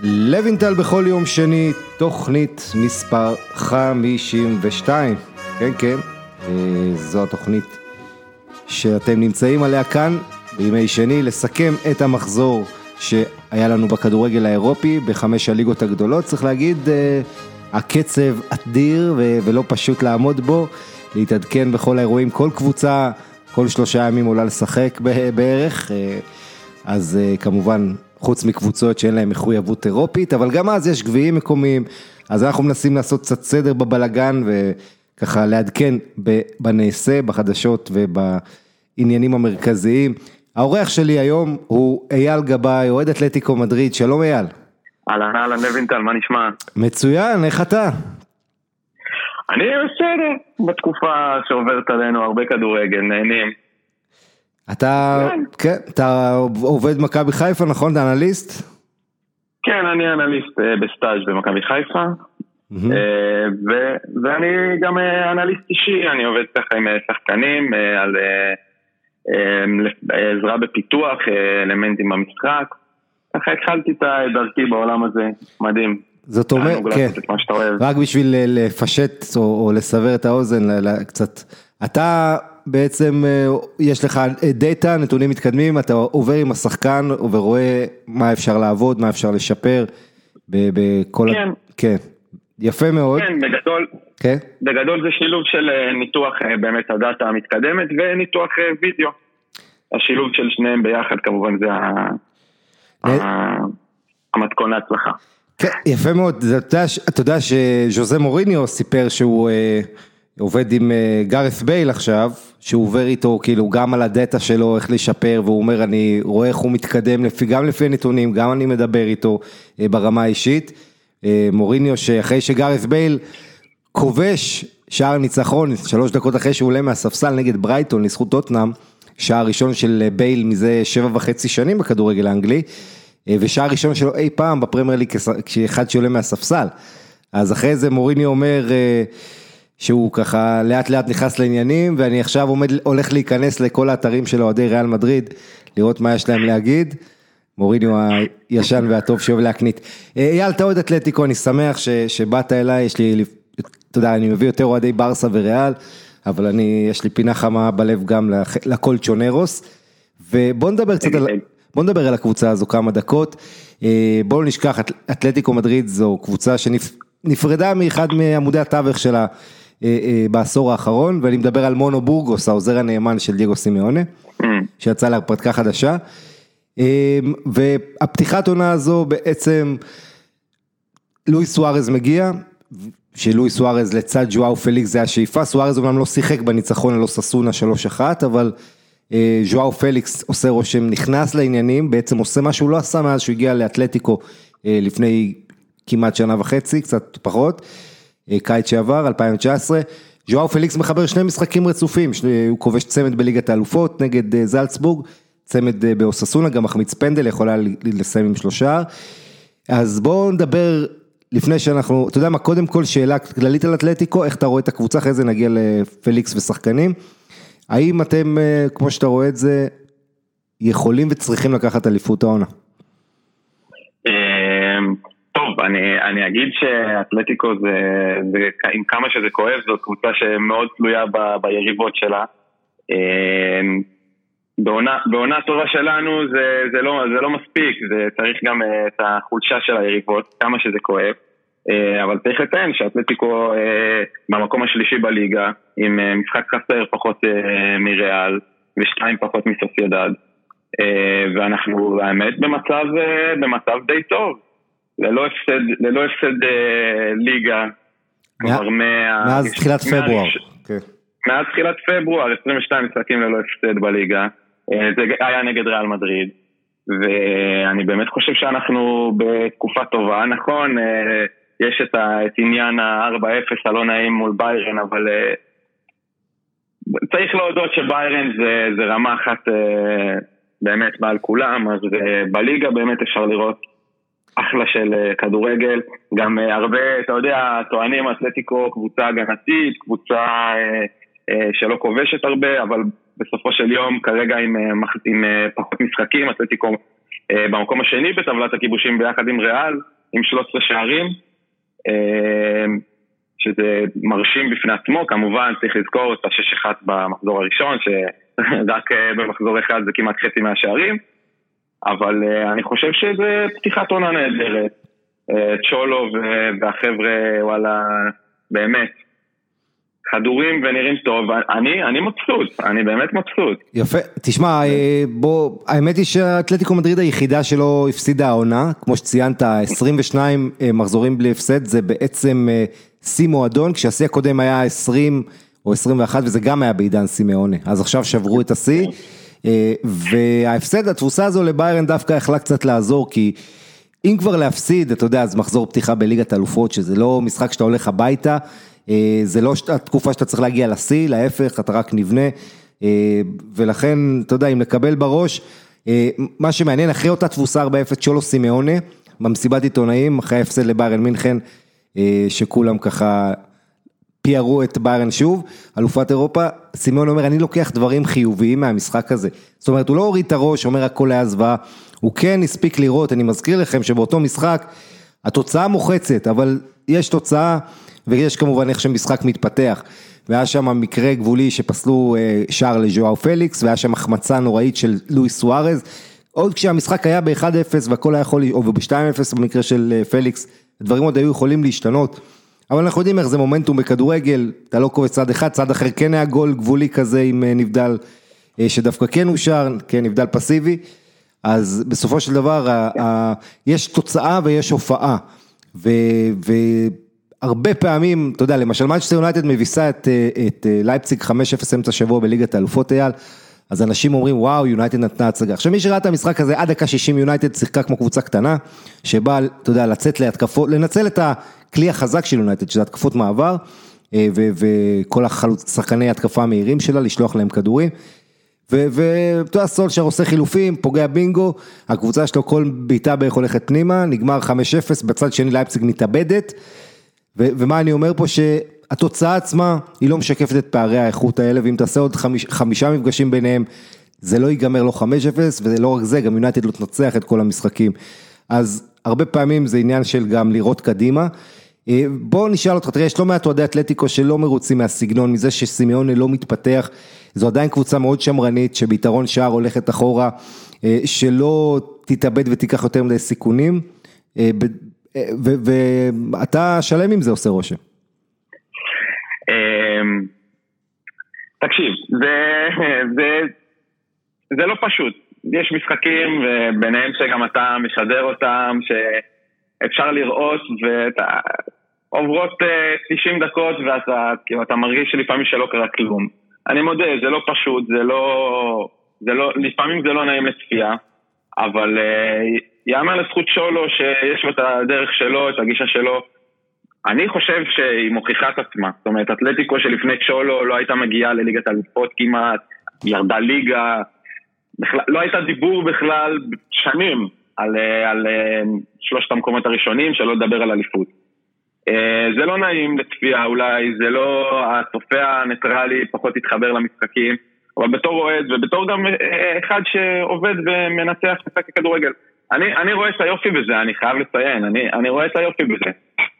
לוינטל בכל יום שני, תוכנית מספר 52. כן, כן, זו התוכנית שאתם נמצאים עליה כאן בימי שני, לסכם את המחזור שהיה לנו בכדורגל האירופי בחמש הליגות הגדולות. צריך להגיד, הקצב אדיר ולא פשוט לעמוד בו, להתעדכן בכל האירועים. כל קבוצה כל 3 ימים עולה לשחק בערך, אז כמובן חוץ מקבוצות שאין להם מחויבות אירופית, אבל גם אז יש גביעים מקומיים, אז אנחנו מנסים לעשות קצת סדר בבלגן וככה לעדכן בנעשה, בחדשות ובעניינים המרכזיים. האורח שלי היום הוא אייל גבאי, אוהד אתלטיקו מדריד. שלום אייל. אהלן לוינטל, מה נשמע? מצוין, איך אתה? אני בסדר, בתקופה שעוברת עלינו הרבה כדורגל, נהנים. אתה עובד מכבי חיפה, נכון? אתה אנליסט? כן, אני אנליסט בסטאז' במכבי חיפה, ואני גם אנליסט אישי, אני עובד ככה עם שחקנים על עזרה בפיתוח, אלמנטים במשחק, ככה התחלתי את דרכי בעולם הזה, מדהים. זאת אומרת, כן, רק בשביל לפשט או לסבר את האוזן קצת, אתה בעצם יש לך דאטה, נתונים מתקדמים, אתה עובר עם השחקן ורואה מה אפשר לעבוד, מה אפשר לשפר בכל... כן. כן, יפה מאוד. כן, בגדול, כן? בגדול זה שילוב של ניתוח באמת הדאטה המתקדמת וניתוח וידאו. השילוב של שניהם ביחד כמובן זה המתכון להצלחה. כן, יפה מאוד. אתה יודע שז'וזה מוריניו סיפר שהוא עובד עם גארת' בייל עכשיו, שהוא עובר איתו כאילו גם על הדאטה שלו, איך לשפר, והוא אומר אני רואה איך הוא מתקדם גם לפי הנתונים, גם אני מדבר איתו ברמה האישית. מוריניו שאחרי שגארת' בייל כובש שער ניצחון, 3 דקות אחרי שהוא עולה מהספסל נגד ברייטון לזכות טוטנהאם, שער ראשון של בייל מזה 7.5 שנים בכדורגל האנגלי, ושער ראשון שלו אי פעם בפרמייר ליג כשאחד שעולה מהספסל. אז אחרי זה מוריניו אומר שהוא ככה לאט לאט נכנס לעניינים, ואני עכשיו הולך להיכנס לכל האתרים של אוהדי ריאל מדריד, לראות מה יש להם להגיד. מוריניו הישן והטוב שאוהב להקנית. אייל, אתה אוהד אתלטיקו, אני שמח שבאת אליי, יש לי, אתה יודע, אני מביא יותר אוהדי ברסה וריאל, אבל יש לי פינה חמה בלב גם לקולצ'ונרוס, ובוא נדבר קצת בוא נדבר על הקבוצה הזו כמה דקות. בואו נשכח, אתלטיקו מדריד זו קבוצה שנפרדה מאחד מעמודי התווך שלה בעשור האחרון, ואני מדבר על מונו בורגוס, העוזר הנאמן של דייגו סימאונה, שיצא להרפתקה חדשה, והפתיחת עונה הזו בעצם, לואיס סוארז מגיע, שלואיס סוארז לצד ז'ואאו פליקס זה השאיפה, סוארז אומנם לא שיחק בניצחון על אוססונה 3-1, אבל ז'ואאו פליקס עושה רושם, נכנס לעניינים, בעצם עושה מה שהוא לא עשה מאז שהוא הגיע לאתלטיקו לפני כמעט 1.5 שנה, קצת פחות, קיץ שעבר, 2019, ז'ואאו פליקס מחבר 2 משחקים רצופים, הוא כובש צמד בליגת האלופות נגד זלצבורג, צמד באוססונה, גם מחמיץ פנדל, יכולה לסיים עם 3. אז בואו נדבר לפני שאנחנו, אתה יודע מה, קודם כל שאלה כללית על אתלטיקו, איך אתה רואה את הקבוצה, אחרי זה נגיע לפליקס ושחקנים, האם אתם, כמו שאתה רואה את זה, יכולים וצריכים לקחת אליפות העונה? טוב, אני אגיד שאתלטיקו זה, עם כמה שזה כואב, זו קבוצה שמאוד תלויה ביריבות שלה. בעונה טובה שלנו זה לא מספיק, זה צריך גם את החולשה של היריבות, כמה שזה כואב. אבל צריך לציין שאתלטיקו במקום השלישי בליגה, עם משחק חסר פחות מריאל ו2 פחות מסוסיידד, ואנחנו האמת במצב די טוב, ללא הפסד ליגה מאז תחילת פברואר. מאז תחילת פברואר 22 משחקים ללא הפסד בליגה, זה היה נגד ריאל מדריד, ואני באמת חושב שאנחנו בתקופה טובה. נכון, יש את עניין ה-4-0 הלא נעים מול ביירן, אבל צריך להודות שביירן זה רמה אחת באמת מעל כולם, אז בליגה באמת אפשר לראות אחלה של כדורגל, גם הרבה, אתה יודע, טוענים אתלטיקו קבוצה הגנתית, קבוצה שלא כובשת הרבה, אבל בסופו של יום כרגע עם פחות משחקים, אתלטיקו במקום השני בטבלת הכיבושים ביחד עם ריאל, עם 13 שערים, שזה מרשים בפני עצמו, כמובן צריך לזכור את ה-6-1 במחזור הראשון, שרק במחזור אחד זה כמעט חצי מהשערים, אבל אני חושב שזה פתיחת עונה נהדרת, צ'ולו והחבר'ה, וואלה, באמת, חדורים ונראים טוב, אני מבסוט, אני באמת מבסוט. יפה, תשמע, בוא, האמת היא שהאתלטיקו מדריד היחידה שלא הפסידה העונה, כמו שציינת, 22 מחזורים בלי הפסד, זה בעצם שיא מועדון, כשהשיא הקודם היה 20 או 21, וזה גם היה בעידן סימאונה, אז עכשיו שברו את השיא, וההפסד, התבוסה הזו לביירן דווקא יכלה קצת לעזור, כי אם כבר להפסיד, אתה יודע, אז מחזור פתיחה בליגת האלופות, שזה לא משחק שאתה הולך הביתה, זה לא התקופה שאתה צריך להגיע לשיא, להפך, אתה רק נבנה, ולכן, אתה יודע, אם לקבל בראש, מה שמעניין, אחרי אותה תבוסה 4-0 צ'ולו סימאונה, במסיבת עיתונאים, אחרי ההפסד לביירן מינכן, שכולם ככה פיירו את ביירן שוב, אלופת אירופה, סימאונה אומר, אני לוקח דברים חיוביים מהמשחק הזה, זאת אומרת, הוא לא הוריד את הראש, אומר הכל היה זוועה, הוא כן הספיק לראות, אני מזכיר לכם שבאותו משחק, התוצאה מוחצת, אבל יש תוצאה, ויש כמובן איך שמשחק מתפתח, והיה שם מקרה גבולי שפסלו שער לז'ואאו פליקס, והיה שם החמצה נוראית של לואיס סוארז, עוד כשהמשחק היה ב-1-0 והכל היה יכול, או ב-2-0 במקרה של פליקס, הדברים עוד היו יכולים להשתנות, אבל אנחנו יודעים איך זה מומנטום בכדורגל, אתה לא קורא צד אחד, צד אחר כן היה גול גבולי כזה עם נבדל, שדווקא כן אושר, כן נבדל פסיבי, אז בסופו של דבר, יש תוצאה ויש הופעה, הרבה פעמים, אתה יודע, למשל מנצ'סטר יונייטד מביסה את לייפציג 5-0 אמצע שבוע בליגת האלופות אייל, אז אנשים אומרים, וואו, יונייטד נתנה הצגה. עכשיו מי שראה את המשחק הזה, עד דקה 60 יונייטד שיחקה כמו קבוצה קטנה, שבאה, אתה יודע, לצאת להתקפות, לנצל את הכלי החזק של יונייטד, שזה התקפות מעבר, וכל השחקני התקפה המהירים שלה, לשלוח להם כדורים, ואתה יודע, סולשר עושה חילופים, פוגע בינגו, הקבוצה שלו כל ביתה בערך הולכת פנימה, נגמר 5-0, בצד שני לייפציג מתאבדת, ומה אני אומר פה שהתוצאה עצמה היא לא משקפת את פערי האיכות האלה, ואם תעשה עוד 5 מפגשים ביניהם, זה לא ייגמר לו 5-0, וזה לא רק זה, גם יונייטד לא תנצח את כל המשחקים. אז הרבה פעמים זה עניין של גם לראות קדימה. בואו נשאל אותך, תראה, יש לא מעט אוהדי אתלטיקו שלא מרוצים מהסגנון, מזה שסימאונה לא מתפתח, זו עדיין קבוצה מאוד שמרנית, שביתרון שער הולכת אחורה, שלא תתאבד ותיקח יותר מדי סיכונים, ואתה שלם עם זה עושה רושם. תקשיב, זה לא פשוט. יש משחקים וביניהם שגם אתה משדר אותם, שאפשר לראות ועוברות 90 דקות ואתה מרגיש שלפעמים שלא קרה כלום. אני מודה, זה לא פשוט, לפעמים זה לא נעים לצפייה, אבל יאמר לזכות צ'ולו שיש לו את הדרך שלו, את הגישה שלו. אני חושב שהיא מוכיחה את עצמה. זאת אומרת, אתלטיקו שלפני צ'ולו לא הייתה מגיעה לליגת האלופות כמעט, ירדה ליגה, לא הייתה דיבור בכלל שנים על שלושת המקומות הראשונים, שלא לדבר על אליפות. זה לא נעים לצפייה אולי, זה לא, הצופה הניטרלי פחות התחבר למשחקים, אבל בתור אוהד ובתור גם אחד שעובד ומנצח משחק כדורגל, אני רואה את היופי בזה, אני חייב לציין, אני רואה את היופי בזה.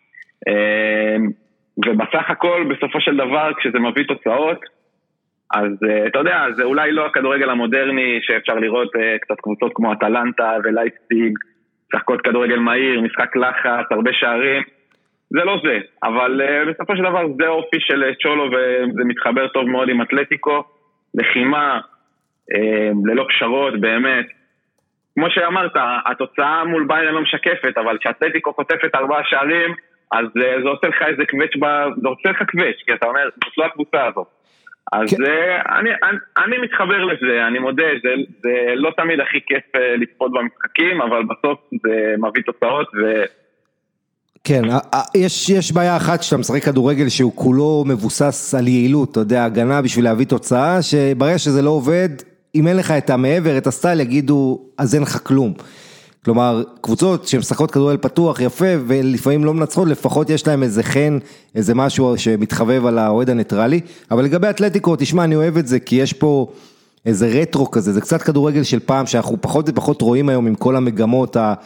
ובסך הכל, בסופו של דבר, כשזה מביא תוצאות, אז אתה יודע, זה אולי לא הכדורגל המודרני שאפשר לראות קצת קבוצות כמו אטלנטה ולייפציג, משחקות כדורגל מהיר, משחק לחץ, הרבה שערים, זה לא זה, אבל בסופו של דבר זה אופי של צ'ולו וזה מתחבר טוב מאוד עם אתלטיקו, לחימה, ללא פשרות, באמת. כמו שאמרת, התוצאה מול ביירן לא משקפת, אבל כשאתלטיקו חוטפת 4 שערים, אז זה עושה לך איזה קווץ' זה עושה לך קווץ', כי אתה אומר, זאת לא הקבוצה הזאת. אז אני מתחבר לזה, אני מודה, זה לא תמיד הכי כיף לצפות במשחקים, אבל בסוף זה מביא תוצאות כן, יש בעיה אחת שאתה משחק כדורגל שהוא כולו מבוסס על יעילות, אתה יודע, הגנה בשביל להביא תוצאה, שברגע שזה לא עובד, אם אין לך את המעבר, את הסטייל, יגידו, אז אין לך כלום. כלומר, קבוצות שמשחקות כדורגל פתוח, יפה, ולפעמים לא מנצחות, לפחות יש להם איזה חן, איזה משהו שמתחבב על האוהד הניטרלי, אבל לגבי אתלטיקו, תשמע, אני אוהב את זה, כי יש פה איזה רטרו כזה, זה קצת כדורגל של פעם, שאנחנו פחות ופחות רואים היום עם כל המגמות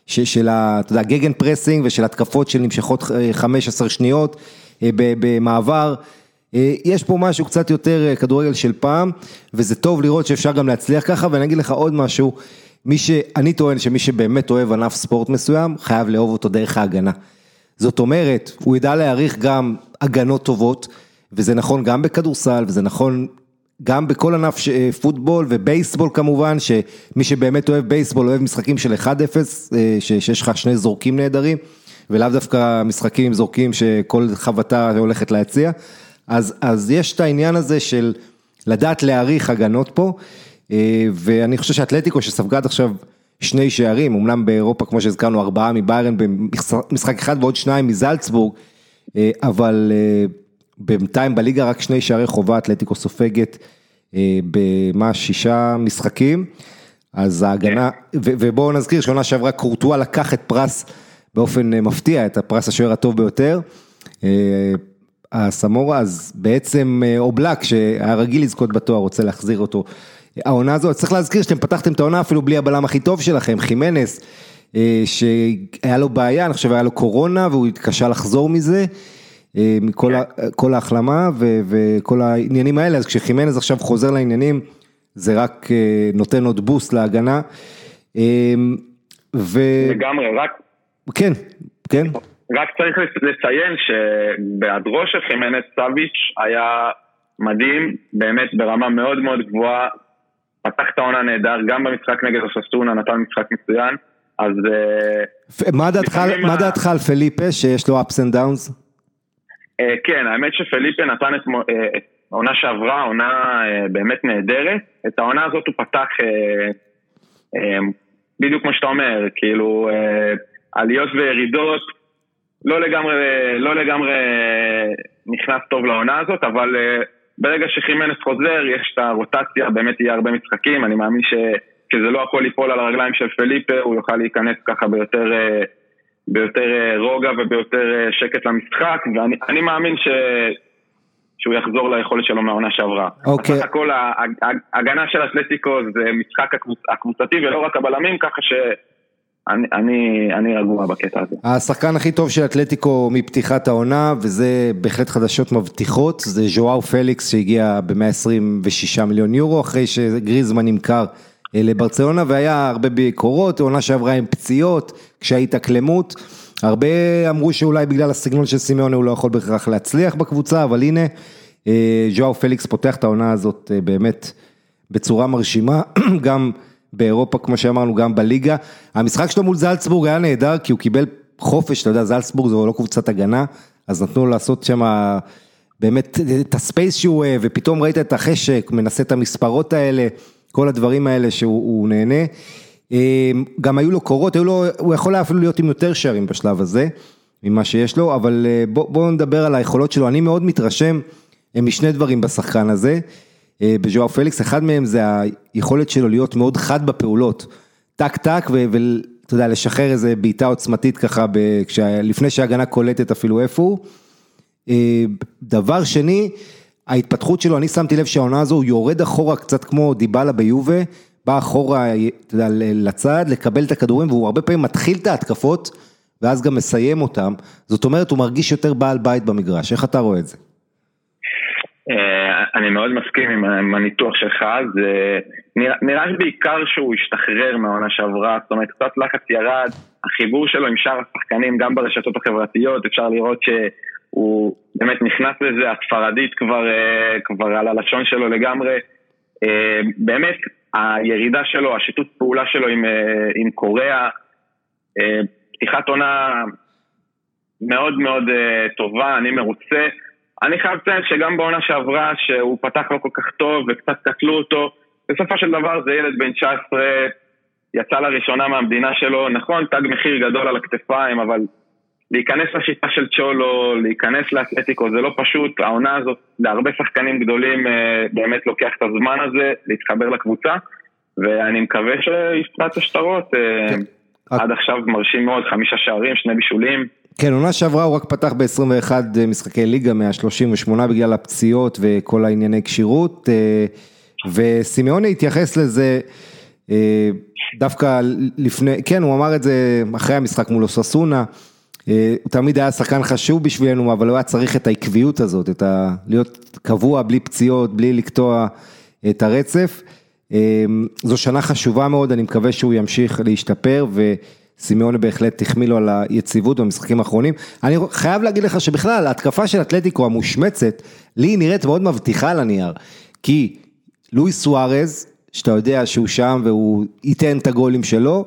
של אתה יודע, גגן פרסינג ושל התקפות של נמשכות 15 שניות במעבר, יש פה משהו קצת יותר כדורגל של פעם, וזה טוב לראות שאפשר גם להצליח ככה, ואני אגיד לך עוד משהו, אני טוען שמי שבאמת אוהב ענף ספורט מסוים, חייב לאהוב אותו דרך ההגנה. זאת אומרת, הוא ידע להעריך גם הגנות טובות, וזה נכון גם בכדורסל, וזה נכון גם בכל ענף פוטבול ובייסבול כמובן, שמי שבאמת אוהב בייסבול, אוהב משחקים של 1-0, שיש לך שני זורקים נהדרים, ולאו דווקא משחקים עם זורקים שכל חבטה הולכת להציע, אז יש את העניין הזה של לדעת להעריך הגנות פה, ואני חושב שאתלטיקו שספגת עכשיו 2 שערים, אמנם באירופה כמו שהזכרנו 4 מביירן במשחק אחד ועוד 2 מזלצבורג, אבל בינתיים בליגה רק 2 שערי חובה אתלטיקו סופגת במה 6 משחקים, אז ההגנה, ובואו נזכיר שעונה שעברה קורטואה לקח את פרס באופן מפתיע, את הפרס השוער הטוב ביותר, הסמורה, אז בעצם אובלק שהיה רגיל לזכות בתואר רוצה להחזיר אותו, העונה הזאת, צריך להזכיר שאתם פתחתם את העונה אפילו בלי הבלם הכי טוב שלכם, חימנס, שהיה לו בעיה, אני חושב היה לו קורונה, והוא התקשה לחזור מזה, מכל ההחלמה, וכל העניינים האלה, אז כשחימנס עכשיו חוזר לעניינים, זה רק נותן עוד בוסט להגנה, לגמרי, רק... כן, כן. רק צריך לציין שבהיעדרו של חימנס, סאביץ' היה מדהים, באמת ברמה מאוד מאוד גבוהה, פתח את העונה נהדר, גם במשחק נגד אוססונה נתן משחק מצוין, אז... מה דעתך על פליפה שיש לו ups and downs? כן, האמת שפליפה נתן את העונה שעברה, עונה באמת נהדרת, את העונה הזאת הוא פתח בדיוק כמו שאתה אומר, כאילו עליות וירידות, לא לגמרי נכנס טוב לעונה הזאת, אבל ברגע שחימנס חוזר, יש את הרוטציה, באמת יהיה הרבה משחקים, אני מאמין שזה לא הכל ליפול על הרגליים של פליפה, הוא יוכל להיכנס ככה ביותר רוגע וביותר שקט למשחק, ואני מאמין שהוא יחזור ליכולת שלו מהעונה שעברה. אוקיי. בסך הכל ההגנה של אתלטיקו זה משחק הקבוצתי ולא רק הבלמים, ככה אני רגוע בקטע הזה. השחקן הכי טוב של אתלטיקו מפתיחת העונה, וזה בהחלט חדשות מבטיחות, זה ז'ואאו פליקס שהגיע ב-126 מיליון יורו, אחרי שגריזמן נמכר לברצלונה, והיה הרבה ביקורות, העונה שעברה עם פציעות, כשההתאקלמות, הרבה אמרו שאולי בגלל הסגנון של סימיוני הוא לא יכול בכך להצליח בקבוצה, אבל הנה, ז'ואאו פליקס פותח את העונה הזאת באמת בצורה מרשימה, גם באירופה, כמו שאמרנו, גם בליגה. המשחק שלו מול זלצבורג היה נהדר, כי הוא קיבל חופש, אתה יודע, זלצבורג זו לא קבוצת הגנה, אז נתנו לו לעשות שם באמת את הספייס שהוא אוהב, ופתאום ראית את החשק, מנסה את המספרות האלה, כל הדברים האלה שהוא נהנה. גם היו לו קורות, הוא יכול אפילו להיות עם יותר שערים בשלב הזה, ממה שיש לו, אבל בואו נדבר על היכולות שלו. אני מאוד מתרשם משני דברים בשחקן הזה, בז'ואאו פליקס, אחד מהם זה היכולת שלו להיות מאוד חד בפעולות, טק טק, ואתה יודע, לשחרר איזה בעיטה עוצמתית ככה, לפני שההגנה קולטת אפילו איפה הוא. דבר שני, ההתפתחות שלו, אני שמתי לב שהעונה הזו, הוא יורד אחורה קצת כמו דיבלה ביובה, בא אחורה, אתה יודע, לצד, לקבל את הכדורים, והוא הרבה פעמים מתחיל את ההתקפות, ואז גם מסיים אותם, זאת אומרת, הוא מרגיש יותר בעל בית במגרש, איך אתה רואה את זה? אני מאוד מסכים עם הניתוח שלך, נראה בעיקר שהוא השתחרר מהעונה שעברה, זאת אומרת, קצת לחץ ירד, החיבור שלו עם שאר השחקנים, גם ברשתות החברתיות, אפשר לראות שהוא באמת נכנס לזה, הספרדית כבר על הלשון שלו לגמרי, באמת הירידה שלו, השיתוף פעולה שלו עם קוריאה, פתיחת עונה מאוד מאוד טובה, אני מרוצה, אני חייב לציין שגם בעונה שעברה שהוא פתח לא כל כך טוב וקצת קטלו אותו, בסופו של דבר זה ילד בן 19, יצא לראשונה מהמדינה שלו, נכון, תג מחיר גדול על הכתפיים, אבל להיכנס לשיטה של צ'ולו, להיכנס לאתלטיקו, זה לא פשוט, העונה הזאת להרבה שחקנים גדולים באמת לוקח את הזמן הזה, להתחבר לקבוצה, ואני מקווה שיפתח את השטרות, עד עכשיו מרשים מאוד, 5 שערים, 2 בישולים, כן, עונה שעברה הוא רק פתח ב-21 משחקי ליגה, 138 בגלל הפציעות וכל הענייני קשירות, וסימיוני התייחס לזה, דווקא לפני, כן, הוא אמר את זה אחרי המשחק מול אוססונה, הוא תמיד היה שחקן חשוב בשבילנו, אבל הוא היה צריך את העקביות הזאת, להיות קבוע, בלי פציעות, בלי לקטוע את הרצף. זו שנה חשובה מאוד, אני מקווה שהוא ימשיך להשתפר, וסימיונה בהחלט תחמיא לו על היציבות במשחקים האחרונים. אני חייב להגיד לך שבכלל, ההתקפה של אתלטיקו המושמצת, לי נראית מאוד מבטיחה על הנייר, כי לואיס סוארז, שאתה יודע שהוא שם והוא ייתן את הגולים שלו,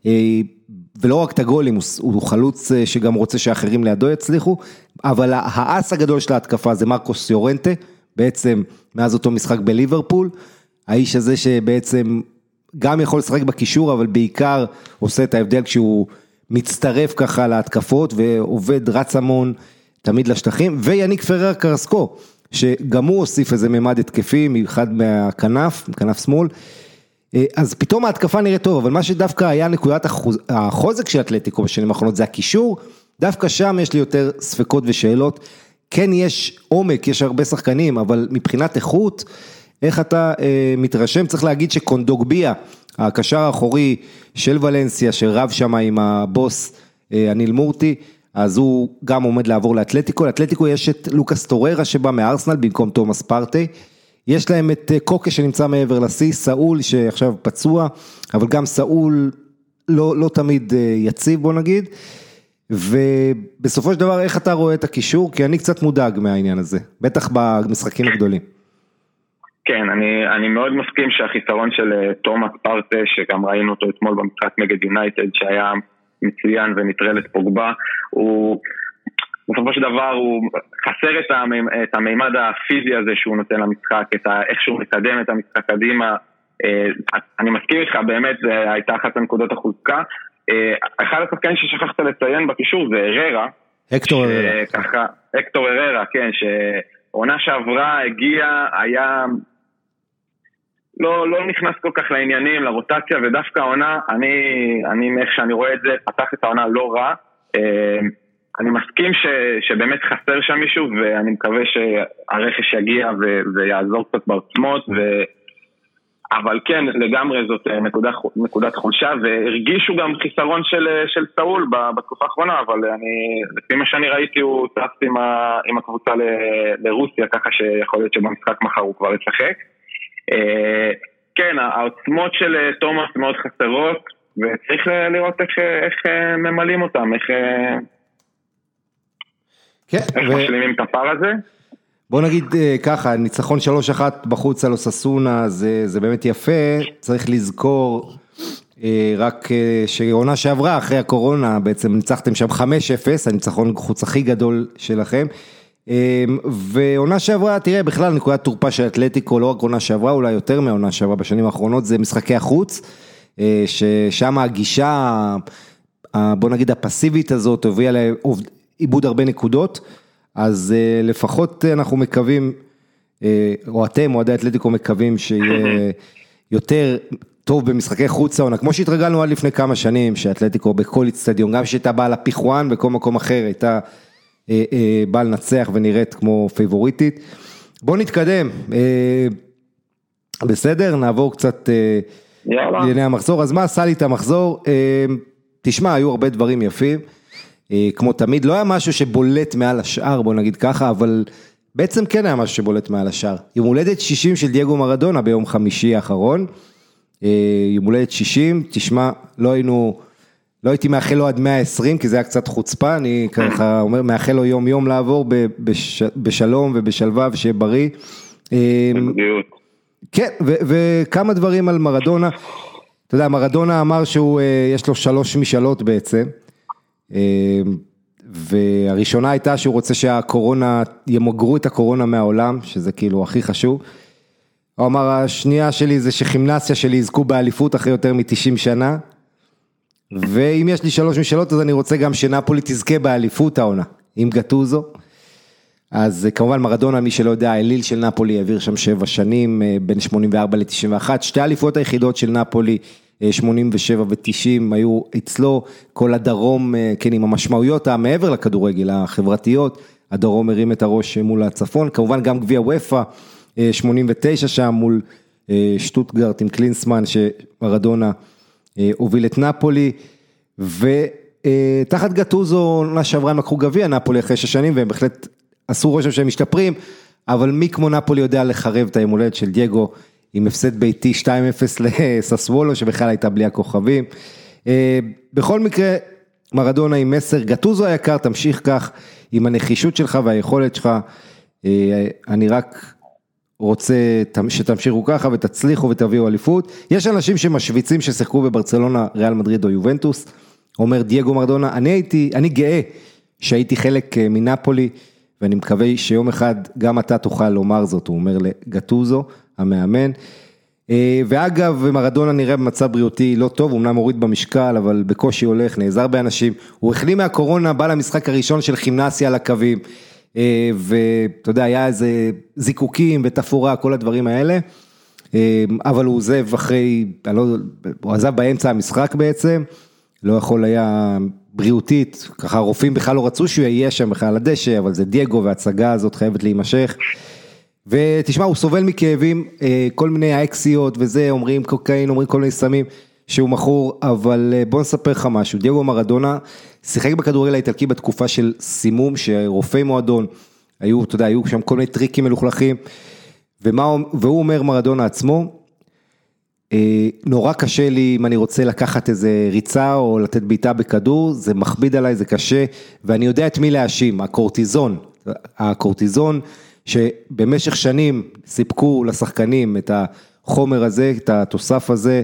ולא רק את הגולים, הוא חלוץ שגם רוצה שאחרים לידו יצליחו, אבל האס הגדול של ההתקפה זה מרקוס יורנטה, בעצם מאז אותו משחק בליברפול, האיש הזה שבעצם גם יכול לשחק בקישור, אבל בעיקר עושה את ההבדל כשהוא מצטרף ככה להתקפות, ועובד רץ המון תמיד לשטחים, ויניק פרר קרסקו, שגם הוא הוסיף איזה ממד התקפי, מאחד מהכנף, כנף שמאל, אז פתאום ההתקפה נראית טוב, אבל מה שדווקא היה נקודת החוזק של אתלטיקו בשנים האחרונות, זה הקישור, דווקא שם יש לי יותר ספקות ושאלות, כן יש עומק, יש הרבה שחקנים, אבל מבחינת איכות, איך אתה מתרשם? צריך להגיד שקונדוגביה, הקשר האחורי של ולנסיה, שרב שם עם הבוס אניל מורטי, אז הוא גם עומד לעבור לאתלטיקו, לאתלטיקו יש את לוקאס טוררה שבא מארסנל, במקום תומאס פרטי, יש להם את קוקה שנמצא מעבר לשיא, סאול שעכשיו פצוע, אבל גם סאול לא תמיד יציב בוא נגיד, ובסופו של דבר איך אתה רואה את הקישור? כי אני קצת מודאג מהעניין הזה, בטח במשחקים הגדולים. כן, אני מאוד מסכים שהחיסרון של תומאס פרטי, שגם ראינו אותו אתמול במשחק נגד יונייטד, שהיה מצוין ונטרל את פוגבה, הוא בסופו של דבר הוא חסר את המימד הפיזי הזה שהוא נותן למשחק, איך שהוא מקדם את המשחק קדימה. אני מסכים איתך, באמת זה הייתה אחת הנקודות החוזקה. אחד השחקנים ששכחת לציין בקישור זה הררה. הקטור הררה, כן, שעונה שעברה הגיע, היה לא נכנס כל כך לעניינים, לרוטציה, ודווקא העונה, אני איך שאני רואה את זה, פתח את העונה לא רע. אני מסכים שבאמת חסר שם מישהו, ואני מקווה שהרכש יגיע ויעזור קצת בעוצמות, אבל כן, לגמרי זאת נקודת חולשה, והרגישו גם חיסרון של סאול בתקופה האחרונה, אבל לפי מה שאני ראיתי הוא טס עם הקבוצה לרוסיה, ככה שיכול להיות שבמשחק מחר הוא כבר ישחק. כן, העוצמות של תומאס מאוד חסרות, וצריך לראות איך ממלאים אותם, איך משלימים את הפער הזה. בוא נגיד ככה, ניצחון 3-1 בחוץ על אוססונה, זה באמת יפה, צריך לזכור רק שעונה שעברה אחרי הקורונה, בעצם ניצחתם שם 5-0, הניצחון חוץ הכי גדול שלכם, ועונה שעברה, תראה, בכלל נקודת תורפה של אתלטיקו, לא רק עונה שעברה, אולי יותר מהעונה שעברה בשנים האחרונות, זה משחקי החוץ, ששם הגישה, בוא נגיד הפסיבית הזאת, הובילה לאיבוד הרבה נקודות, אז לפחות אנחנו מקווים, או אתם, אוהדי אתלטיקו מקווים, שיהיה יותר טוב במשחקי חוץ העונה, כמו שהתרגלנו עד לפני כמה שנים, שאתלטיקו בכל אצטדיון, גם שהייתה באה לפיחואן, בכל מקום אחר, הייתה באה לנצח ונראית כמו פייבוריטית. בואו נתקדם, בסדר, נעבור קצת לענייני המחזור, אז מה עשה לי את המחזור? תשמע, היו הרבה דברים יפים, כמו תמיד, לא היה משהו שבולט מעל השאר, בוא נגיד ככה, אבל בעצם כן היה משהו שבולט מעל השאר. יום הולדת 60 של דייגו מרדונה ביום חמישי האחרון, יום הולדת 60, תשמע, לא הייתי מאחל לו עד 120, כי זה היה קצת חוצפה, אני ככה אומר, מאחל לו יום יום לעבור בשלום ובשלווה ושיהיה בריא. כן, וכמה דברים על מרדונה, אתה יודע, מרדונה אמר שהוא, יש לו 3 משאלות בעצם, והראשונה הייתה שהוא רוצה שהקורונה, ימוגרו את הקורונה מהעולם, שזה כאילו הכי חשוב. הוא אמר, השנייה שלי זה שכימנסיה שלי יזכו באליפות אחרי יותר מ-90 שנה, ואם יש לי 3 משאלות, אז אני רוצה גם שנאפולי תזכה באליפות העונה, עם גטוזו. אז כמובן מרדונה, מי שלא יודע, האליל של נאפולי העביר שם 7 שנים, בין 84 ל-91, 2 האליפות היחידות של נאפולי, 87 ו-90 היו אצלו, כל הדרום, כן, עם המשמעויות המעבר לכדורגל, החברתיות, הדרום הרים את הראש מול הצפון, כמובן גם גביע וופא, 89 שם מול שטוטגרט עם קלינסמן, שמרדונה הוביל את נפולי, ותחת גטוזו, עונה שעברה הם לקחו גביע נפולי אחרי 6 שנים, והם בהחלט עשו רושם שהם משתפרים, אבל מי כמו נפולי יודע לחרב את היום הולדת של דייגו, עם הפסד ביתי 2-0 לססוולו, שבכלל הייתה בלי הכוכבים. בכל מקרה, מרדונה עם מסר, גטוזו היקר, תמשיך כך, עם הנחישות שלך והיכולת שלך, אני רק רוצה שתמשיכו ככה ותצליחו ותביאו אליפות. יש אנשים שמשוויצים ששיחקו בברצלונה, ריאל מדריד או יובנטוס, אומר דייגו מרדונה, אני גאה שהייתי חלק מנפולי, ואני מקווה שיום אחד גם אתה תוכל לומר זאת, הוא אומר לגטוזו, המאמן. ואגב, מרדונה נראה במצב בריאותי לא טוב, הוא אמנם מוריד במשקל, אבל בקושי הולך, נעזר באנשים. הוא החלים מהקורונה, בא למשחק הראשון של כימנסיה על הקווים, ואתה יודע, היה איזה זיקוקים ותפורה, כל הדברים האלה, אבל הוא עוזב אחרי, הוא עזב באמצע המשחק בעצם, לא יכול היה בריאותית, ככה הרופאים בכלל לא רצו שהוא יהיה שם בכלל על הדשא, אבל זה דייגו וההצגה הזאת חייבת להימשך, ותשמע, הוא סובל מכאבים, כל מיני האקסיות וזה, אומרים קוקאין, אומרים כל מיני סמים, שהוא מכור, אבל בוא נספר לך משהו, דייגו מרדונה שיחק בכדורגל האיטלקי בתקופה של סימום, שרופאי מועדון, היו, אתה יודע, היו שם כל מיני טריקים מלוכלכים, והוא אומר מרדונה עצמו, נורא קשה לי אם אני רוצה לקחת איזה ריצה או לתת בעיטה בכדור, זה מכביד עליי, זה קשה, ואני יודע את מי להאשים, הקורטיזון, שבמשך שנים סיפקו לשחקנים את החומר הזה, את התוסף הזה,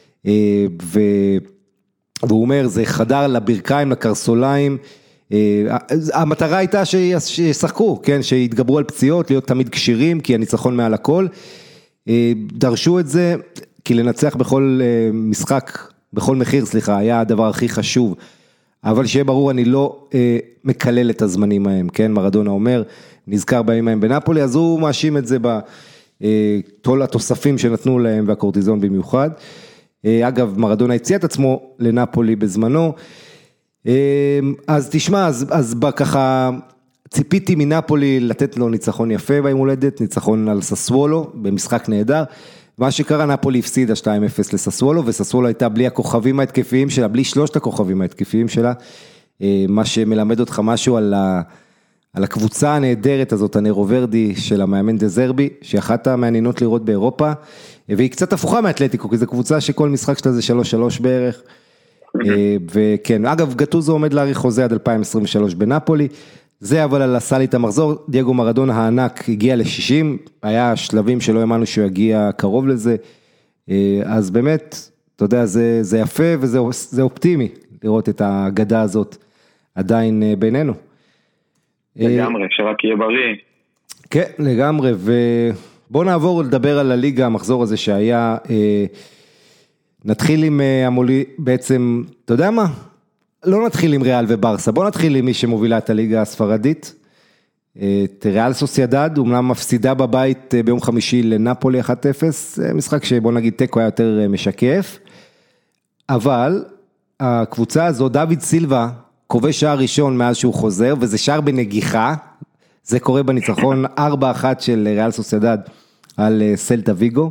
והוא אומר, זה חדר לברכיים, לקרסוליים, המטרה הייתה שישחקו, כן, שיתגברו על פציעות, להיות תמיד קשירים, כי הניצחון מעל הכל, דרשו את זה, כי לנצח בכל משחק, בכל מחיר, סליחה, היה הדבר הכי חשוב, אבל שיהיה ברור, אני לא מקלל את הזמנים ההם, כן, מרדונה אומר, נזכר בימים ההם בנפולי, אז הוא מאשים את זה בתול התוספים שנתנו להם, והקורטיזון במיוחד. אגב, מרדונה הציע את עצמו לנפולי בזמנו, אז תשמע, אז ככה, ציפיתי מנפולי לתת לו ניצחון יפה ביום הולדת, ניצחון על ססוולו, במשחק נהדר, מה שקרה, נפולי הפסידה 2-0 לססוולו, וססוולו הייתה בלי הכוכבים ההתקפיים שלה, בלי 3 הכוכבים ההתקפיים שלה, מה שמלמד אותך משהו על הקבוצה הנהדרת הזאת, הנרו ורדי של המאמן דזרבי, שהיא אחת המעניינות לראות באירופה, והיא קצת הפוכה מאתלטיקו, כי זו קבוצה שכל משחק שלה זה 3-3 בערך, וכן, אגב, גטוזו עומד להאריך חוזה עד 2023 בנפולי, זה אבל עשה לי את המחזור, דייגו מרדונה הענק הגיע ל-60, היה שלבים שלא האמנו שהוא יגיע קרוב לזה, אז באמת, אתה יודע, זה יפה וזה אופטימי, לראות את האגדה הזאת עדיין בינינו. לגמרי, שרק יהיה בריא. כן, לגמרי, ובוא נעבור לדבר על הליגה, המחזור הזה שהיה, נתחיל עם בעצם, אתה יודע מה? לא נתחיל עם ריאל וברסה, בוא נתחיל עם מי שמובילה את הליגה הספרדית, ריאל סוסיידד, אומנם מפסידה בבית ביום חמישי לנפולי 1-0, משחק שבוא נגיד טקו היה יותר משקף, אבל הקבוצה הזו, דוד סילבה, כובש שער ראשון מאז שהוא חוזר, וזה שער בנגיחה, זה קורה בניצחון 4-1 של ריאל סוסיידד על סלטה ויגו,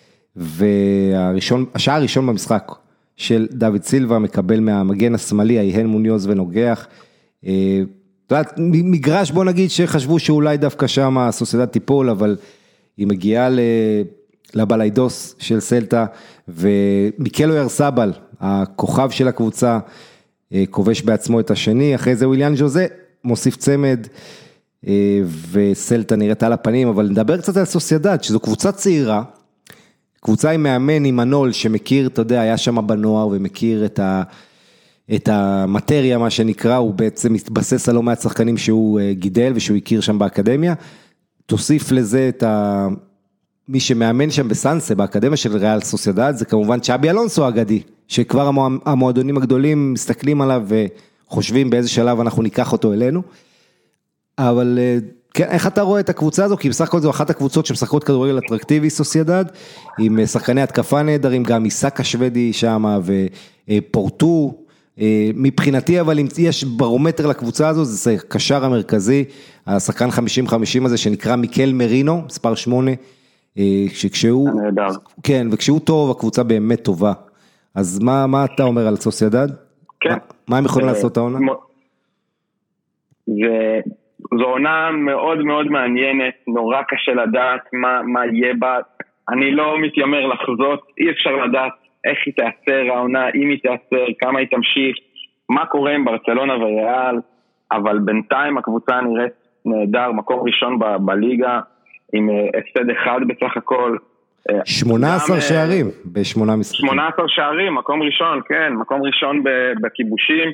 והשער הראשון במשחק של דוד סילבה מקבל מהמגן השמאלי, היהן מוניוז ונוגח, מגרש בוא נגיד שחשבו שאולי דווקא שם הסוסיידד טיפול, אבל היא מגיעה לבליידוס של סלטה, ומיקלו ירסבל, הכוכב של הקבוצה, כובש בעצמו את השני, אחרי זה וויליאן ז'וזה, מוסיף צמד, וסלטה נראית על הפנים, אבל נדבר קצת על סוסיידד, שזו קבוצה צעירה, קבוצה עם מאמן, עם מנול, שמכיר, אתה יודע, היה שם בנוער, ומכיר את המטריה, מה שנקרא, הוא בעצם מתבסס על לא מעט שחקנים שהוא גידל, ושהוא הכיר שם באקדמיה, תוסיף לזה את מי שמאמן שם בסנסה, באקדמיה של ריאל סוסיידד, זה כמובן צ'אבי אלונסו האגדי, שכבר המועדונים הגדולים מסתכלים עליו, וחושבים באיזה שלב אנחנו ניקח אותו אלינו, אבל כן, איך אתה רואה את הקבוצה הזו? כי בסך הכל זו אחת הקבוצות שמשחקות כדורגל אטרקטיבי סוסיידד, עם שחקני התקפה נהדרים, גם איסק השוודי שם, ופורטו, מבחינתי, אבל אם יש ברומטר לקבוצה הזו, זה קשר המרכזי, השחקן 50-50 הזה, שנקרא מיקל מרינו, מספר 8, שכשהוא, כן, וכשהוא טוב, הקבוצה באמת טובה, אז מה אתה אומר על סוסיידד? כן. מה הם יכולים לעשות העונה? זו עונה מאוד מאוד מעניינת, נורא קשה לדעת מה יהיה בה, אני לא מתיימר לחזות, אי אפשר לדעת איך היא תעשר העונה, אם היא תעשר, כמה היא תמשיך, מה קורה עם ברצלונה וריאל, אבל בינתיים הקבוצה נראית נהדר, מקום ראשון בליגה, עם הפסד אחד בסך הכל. 18 שערים ב8 משחקים. 18 שערים, מקום ראשון, כן, מקום ראשון בכיבושים,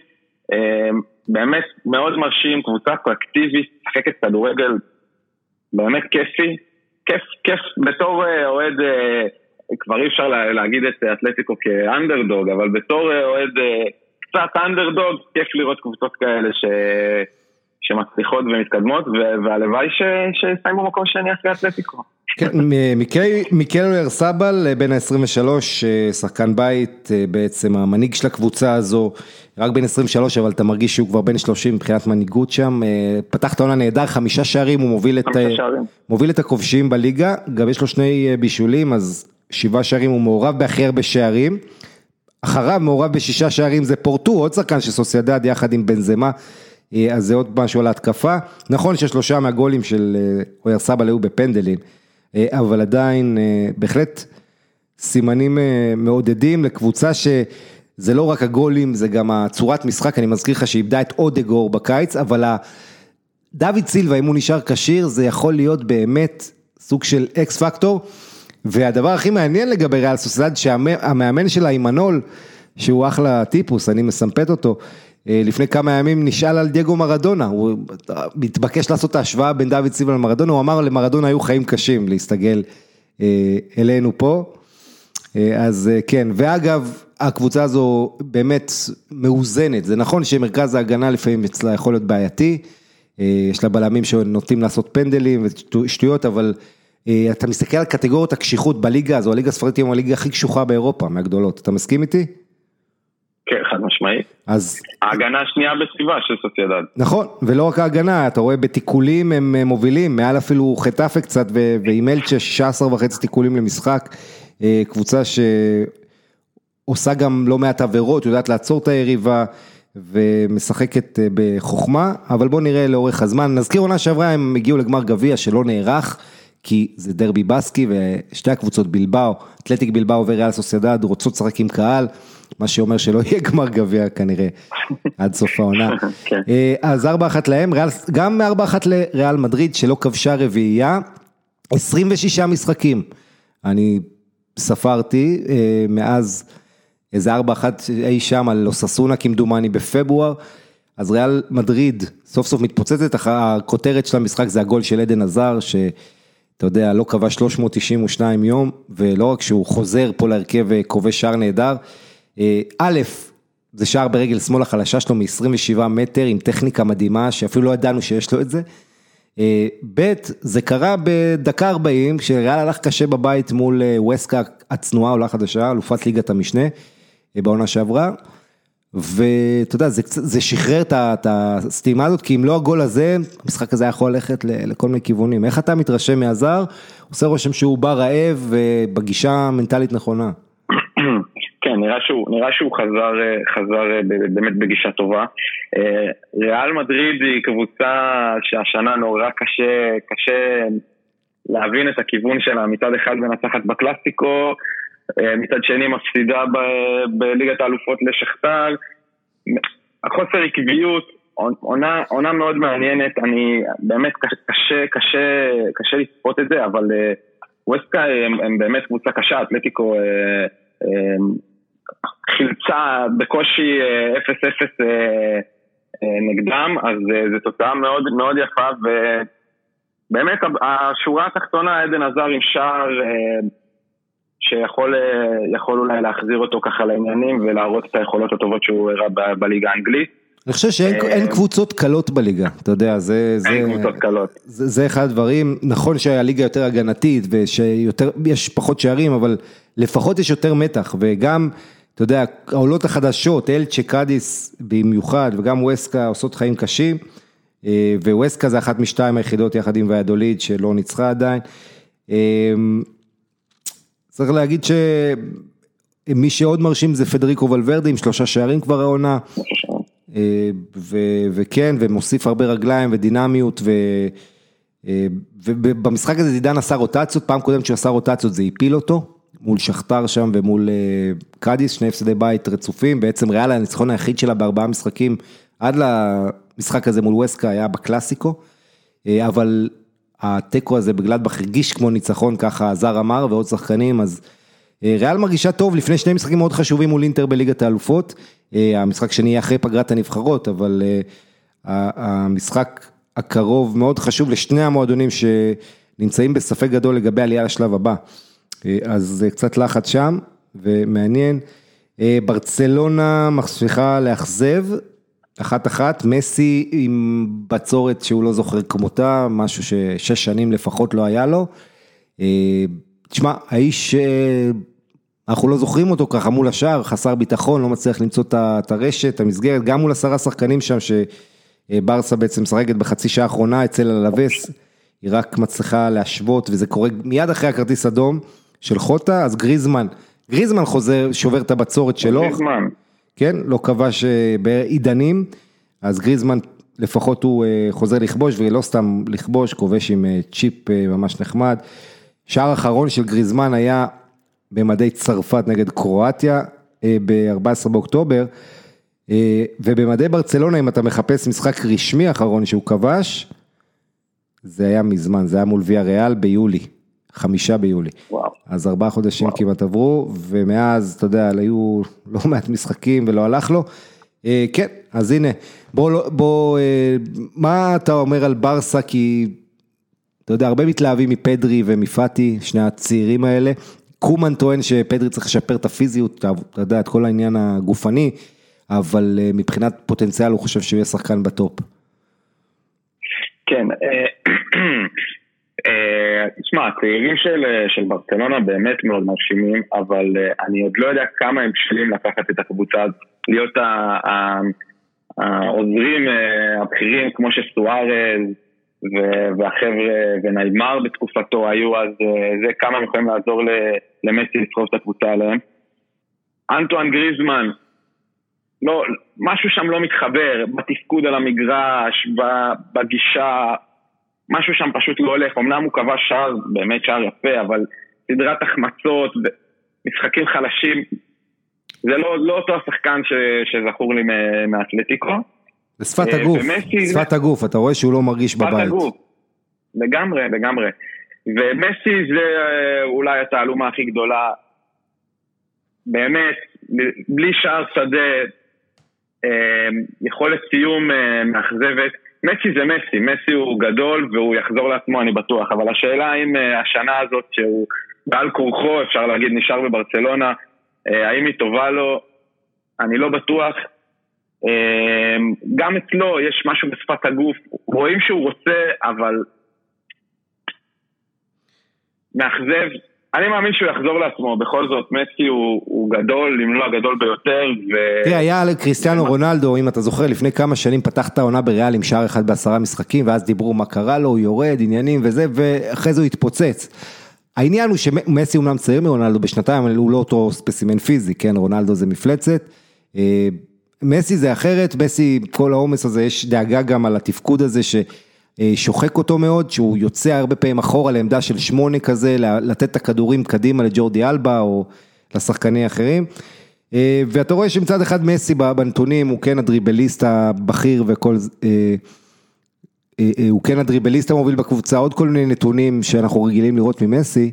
באמת מאוד מרשים, קבוצה אטרקטיבית, שחקת כדורגל באמת כיפי, כיף בתור אוהד, כבר אי אפשר להגיד את אתלטיקו כאנדרדוג, אבל בתור אוהד קצת אנדרדוג, כיף לראות קבוצות כאלה שמצליחות ומתקדמות, והלוואי שסיימו מקום שני אחרי אתלטיקו. כן, מיקל אויארסבל, בין ה-23, שחקן בית, בעצם המנהיג של הקבוצה הזו, רק בין 23, אבל אתה מרגיש שהוא כבר בין 30 מבחינת מנהיגות שם, פתח את העונה נהדר, 5 שערים, הוא מוביל את הכובשים בליגה, גם יש לו 2 בישולים, אז 7 שערים הוא מעורב בהכי הרבה שערים, אחריו מעורב ב6 שערים זה פורטו, עוד שחקן של סוסיידד יחד עם בנזמה, אז זה עוד משהו על ההתקפה, נכון ש3 מהגולים של אויארסבל היו בפנדלים, אבל עדיין בהחלט סימנים מעודדים לקבוצה שזה לא רק הגולים, זה גם הצורת משחק, אני מזכיר לך שאיבדה את אודגור בקיץ, אבל דוד סילבה, אם הוא נשאר קשיר, זה יכול להיות באמת סוג של אקס פקטור, והדבר הכי מעניין לגבי ריאל סוסיידד, שהמאמן שלה אימנול, שהוא אחלה טיפוס, אני מסמפת אותו, לפני כמה ימים נשאל על דייגו מרדונה, הוא מתבקש לעשות את ההשוואה בין דוד סילבה למרדונה, הוא אמר למרדונה היו חיים קשים להסתגל אלינו פה, אז כן, ואגב הקבוצה הזו באמת מאוזנת, זה נכון שמרכז ההגנה לפעמים אצלה יכול להיות בעייתי, יש לה בלמים שנוטים לעשות פנדלים ושטויות, אבל אתה מסתכל על קטגוריות הקשיחות בליגה הזו, הליגה הספרדית היא הליגה הכי קשוחה באירופה, מהגדולות, אתה מסכים איתי? כן, חד משמעית. אז ההגנה השנייה בסביבה של סוסיידד. נכון, ולא רק ההגנה, אתה רואה בתיקולים הם מובילים, מעל אפילו חטאפה קצת, ועם אלצ'ה 16.5 תיקולים למשחק, קבוצה שעושה גם לא מעט עבירות, יודעת לעצור את היריבה, ומשחקת בחוכמה, אבל בואו נראה לאורך הזמן, נזכיר עונה שעברה, הם הגיעו לגמר גביע שלא נערך, כי זה דרבי בסקי, ושתי הקבוצות בלבאו, אתלטיק בלבאו וריאל סוסיידד, רוצות לשחק עם קהל, מה שאומר שלא יהיה גמר גביע כנראה, עד סוף העונה. אז 4-1 להם, גם 4-1 לריאל מדריד, שלא כבשה רביעייה, 26 משחקים, אני ספרתי, מאז איזה 4-1 אי שם, על אוססונה כמדומני בפברואר, אז ריאל מדריד סוף סוף מתפוצצת, הכותרת של המשחק זה הגול של עדן עזר, אתה יודע, לא קבע 392 יום, ולא רק שהוא חוזר פה להרכב וקובע שער נהדר, א', זה שער ברגל שמאל החלשה שלו מ-27 מטר, עם טכניקה מדהימה, שאפילו לא ידענו שיש לו את זה, ב', זה קרה בדקה 40, כשריאל הלך קשה בבית מול ווסקה הצנועה, עולה חדשה, אלופת ליגת המשנה, בעונה שעברה, ואתה יודע, זה שחרר את הסתימה הזאת, כי אם לא הגול הזה, המשחק הזה יכול ללכת לכל מיני כיוונים. איך אתה מתרשם מהזר? עושה רושם שהוא בא רעב ובגישה מנטלית נכונה. כן, נראה שהוא חזר באמת בגישה טובה. ריאל מדריד היא קבוצה שהשנה נורא קשה להבין את הכיוון שלה, מצד אחד מנצחת בקלאסיקו, מצד שני מפסידה בליגת האלופות לשכתר, החוסר עקביות, עונה מאוד מעניינת, אני באמת קשה לצפות את זה, אבל ווסקה הם באמת קבוצה קשה, אתלטיקו חילצה בקושי 0-0 נגדם, אז זו תוצאה מאוד מאוד יפה, ובאמת השורה התחתונה, עדן עזר עם שער שיכול אולי להחזיר אותו ככה לעניינים, ולהראות את היכולות הטובות שהוא הראה בליגה האנגלית. אני חושב שאין קבוצות קלות בליגה, אתה יודע, אין קבוצות קלות. זה אחד הדברים, נכון שהליגה יותר הגנתית, ויש פחות שערים, אבל לפחות יש יותר מתח, וגם, אתה יודע, העולות החדשות, אלצ'ה, קאדיס במיוחד, וגם ווסקה עושות חיים קשים, וווסקה זה אחת משתיים היחידות יחד עם ויאדוליד, שלא ניצחה עדיין. צריך להגיד מי שעוד מרשים זה פדריקו ולוורדי, עם 3 שערים כבר העונה, וכן, ומוסיף הרבה רגליים ודינמיות, ובמשחק הזה זידן עשה רוטציות, פעם קודמת שהוא עשה רוטציות זה הפיל אותו, מול שכתר שם ומול קאדיס, 2 הפסדי בית רצופים, בעצם ריאל הניצחון היחיד שלה ב4 משחקים, עד למשחק הזה מול ווסקה היה בקלאסיקו, אבל הטקו הזה בגלדבך הרגיש כמו ניצחון, ככה זר אמר ועוד שחקנים, אז ריאל מרגישה טוב לפני 2 משחקים מאוד חשובים מול אינטר בליגת האלופות, המשחק שני אחרי פגרת הנבחרות, אבל המשחק הקרוב מאוד חשוב לשני המועדונים שנמצאים בספק גדול לגבי עלייה לשלב הבא, אז זה קצת לחץ שם ומעניין. ברצלונה מצליחה לאכזב 1-1, מסי עם בצורת שהוא לא זוכר כמותה, משהו ש6 שנים לפחות לא היה לו. תשמע, האיש, אנחנו לא זוכרים אותו ככה מול השאר, חסר ביטחון, לא מצליח למצוא את הרשת, המסגרת, גם מול 10 שחקנים שם, שברסה בעצם שחקת בחצי שעה האחרונה אצל הלווס, היא רק מצליחה להשוות, וזה קורה מיד אחרי הכרטיס אדום של חוטה, אז גריזמן חוזר, שובר את הבצורת שלו, גריזמן. כן, לא כבש בעידנים, אז גריזמן לפחות הוא חוזר לכבוש, ולא סתם לכבוש, כובש עם צ'יפ ממש נחמד. שער אחרון של גריזמן היה במדי צרפת נגד קרואטיה, ב-14 באוקטובר, ובמדי ברצלונה, אם אתה מחפש משחק רשמי אחרון שהוא כבש, זה היה מזמן, זה היה מול ויה ריאל ביולי, 5 ביולי. וואו. אז 4 חודשים כמעט עברו, ומאז, אתה יודע, היו לא מעט משחקים ולא הלך לו. כן, אז הנה, בוא, מה אתה אומר על ברסה, כי אתה יודע, הרבה מתלהבים מפדרי ומפאטי, שני הצעירים האלה. קומן טוען שפדרי צריך לשפר את הפיזיות, אתה יודע, את כל העניין הגופני, אבל מבחינת פוטנציאל הוא חושב שהוא יהיה שחקן בטופ. כן, תשמע, הצעירים של ברצלונה באמת מאוד מרשימים, אבל אני עוד לא יודע כמה הם בשלים לקחת את הקבוצה, להיות העוזרים הבכירים כמו שסוארז והחבר'ה וניימר בתקופתו היו, אז זה כמה הם יכולים לעזור למסי לסחוב את הקבוצה עליהם. אנטואן גריזמן, לא, משהו שם לא מתחבר, בתפקוד על המגרש, בגישה, משהו שם פשוט לא הולך, אמנם הוא קבע שער, באמת שער יפה, אבל סדרת החמצות, משחקים חלשים, זה לא אותו השחקן שזכור לי מאתלטיקו. זה שפת הגוף, שפת הגוף, אתה רואה שהוא לא מרגיש בבית. שפת הגוף, לגמרי. ומסי זה אולי התעלומה הכי גדולה, באמת, בלי שער שדה, יכולת סיום מאכזבת, מסי הוא גדול והוא יחזור לעצמו, אני בטוח, אבל השאלה אם השנה הזאת שהוא בעל כורחו, אפשר להגיד, נשאר בברצלונה, האם היא טובה לו, אני לא בטוח. גם אצלו יש משהו בשפת הגוף, רואים שהוא רוצה, אבל מאכזב. אני מאמין שהוא יחזור לעצמו, בכל זאת מסי הוא גדול, אם לא הגדול ביותר. תראה, היה קריסטיאנו רונלדו, אם אתה זוכר, לפני כמה שנים פתח את העונה בריאל עם שער אחד ב10 משחקים, ואז דיברו מה קרה לו, הוא יורד, עניינים וזה, ואחרי זה הוא התפוצץ. העניין הוא שמסי אומנם צעיר מרונלדו בשנתיים, אבל הוא לא אותו ספסימן פיזי, כן, רונלדו זה מפלצת. מסי זה אחרת, מסי, כל העומס הזה, יש דאגה גם על התפקוד הזה ששוחק אותו מאוד, שהוא יוצא הרבה פעמים אחורה לעמדה של 8 כזה, לתת את הכדורים קדימה לג'ורדי אלבה או לשחקנים אחרים, ואתה רואה שמצד אחד מסי בנתונים הוא כן הדריבליסט הבכיר וכל, הוא כן הדריבליסט המוביל בקבוצה, עוד כל מיני נתונים שאנחנו רגילים לראות ממסי,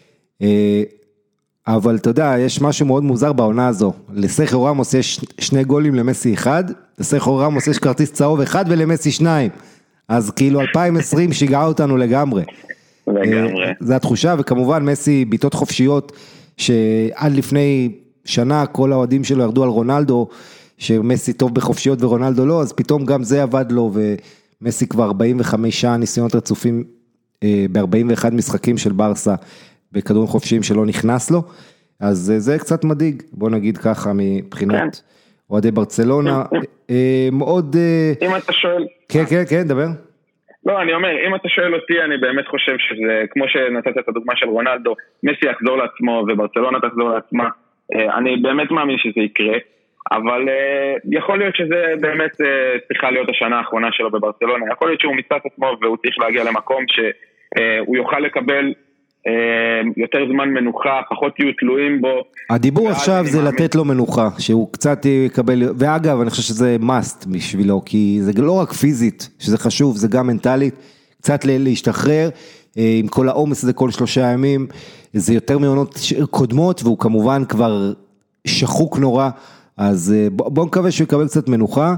אבל אתה יודע, יש משהו מאוד מוזר בעונה הזו, לסרחיו רמוס יש 2 גולים למסי 1, לסרחיו רמוס יש כרטיס צהוב 1 ולמסי 2, אז כאילו 2020 שיגעה אותנו לגמרי. זה התחושה, וכמובן מסי ביטות חופשיות, שעד לפני שנה כל האוהדים שלו ירדו על רונלדו, שמסי טוב בחופשיות ורונלדו לא, אז פתאום גם זה עבד לו, ומסי כבר 45 ניסיונות רצופים, ב-41 משחקים של ברסה, בכדורים חופשיים שלא נכנס לו, אז זה קצת מדאיג, בוא נגיד ככה מבחינת אוהדי ברצלונה, מאוד... אם אתה שואל... כן, דבר. לא, אני אומר, אם אתה שואל אותי, אני באמת חושב שזה, כמו שנתת את הדוגמה של רונלדו, מסי יחזור לעצמו וברצלונה תחזור לעצמה, אני באמת מאמין שזה יקרה, אבל יכול להיות שזה באמת צריכה להיות השנה האחרונה שלו בברצלונה, יכול להיות שהוא מצא את עצמו והוא צריך להגיע למקום שהוא יוכל לקבל יותר זמן מנוחה, פחות יהיו תלויים בו. הדיבור עכשיו זה לתת לו מנוחה, שהוא קצת יקבל, ואגב אני חושב שזה must בשבילו, כי זה לא רק פיזית, שזה חשוב, זה גם מנטלית, קצת להשתחרר, עם כל העומס הזה כל 3 ימים, זה יותר מעונות קודמות, והוא כמובן כבר שחוק נורא, אז בואו נקווה שהוא יקבל קצת מנוחה.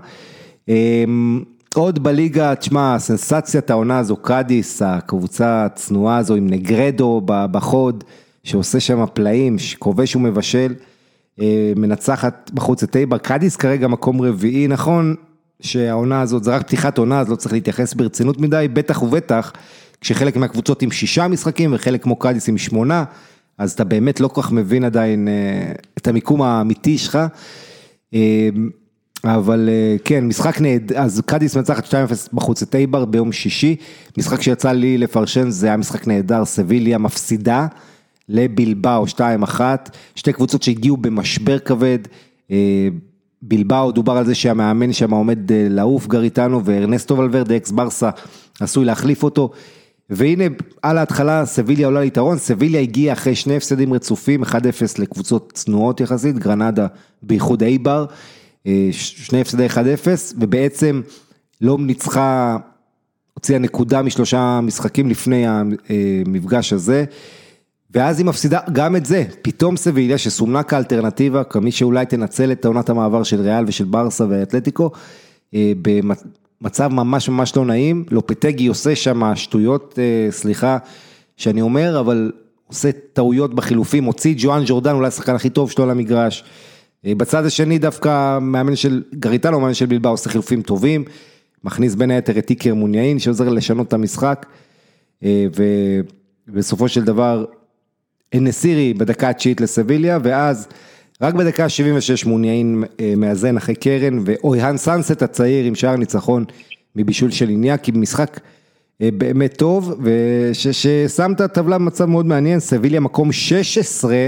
עוד בליגה, תשמע, סנסציית העונה הזו, קאדיס, הקבוצה הצנועה הזו עם נגרדו בחוד, שעושה שם פלאים, כובש ומבשל, מנצחת בחוץ את אייבר. קאדיס כרגע מקום רביעי, נכון שהעונה הזאת, זה רק פתיחת עונה, אז לא צריך להתייחס ברצינות מדי, בטח ובטח, כשחלק מהקבוצות עם 6 משחקים, וחלק כמו קאדיס עם 8, אז אתה באמת לא כל כך מבין עדיין את המיקום האמיתי שלך, אבל כן, משחק נהדר, אז קאדיס מנצחת 2-0 בחוץ את אייבר ביום שישי, משחק שיצא לי לפרשן, זה היה משחק נהדר, סביליה מפסידה לבילבאו 2-1, שתי קבוצות שהגיעו במשבר כבד, בילבאו דובר על זה שהמאמן שם עומד לעוף גריטנו, וארנסטו ולוורדה אקס ברסה עשוי להחליף אותו, והנה על ההתחלה סביליה עולה ליתרון, סביליה הגיעה אחרי 2 הפסדים רצופים, 1-0 לקבוצות צנועות יחסית, גרנדה בייחוד אייבר, 2 הפסדי 1-0, ובעצם לא ניצחה, הוציאה נקודה מ3 משחקים לפני המפגש הזה, ואז היא מפסידה גם את זה, פתאום סביליה שסומנה כאלטרנטיבה, כמי שאולי תנצל את עונת המעבר של ריאל ושל ברסה ואתלטיקו, במצב ממש ממש לא נעים, לופטגי עושה שם שטויות, סליחה שאני אומר, אבל עושה טעויות בחילופים, הוציא ג'ואן ג'ורדן, אולי השחקן הכי טוב שלו למגרש, בצד השני דווקא מאמן של גריטנו, מאמן של בילבאו, עושה חילופים טובים, מכניס בין היתר את איקר מוניאין, שעוזר לשנות את המשחק, ובסופו של דבר, נסירי בדקה התשיעית לסביליה, ואז רק בדקה 76 מוניאין מאזן אחרי קרן, ואויהן סנסט הצעיר עם שער ניצחון מבישול של איניאקי, במשחק באמת טוב, וששמת טבלה במצב מאוד מעניין, סביליה מקום 16,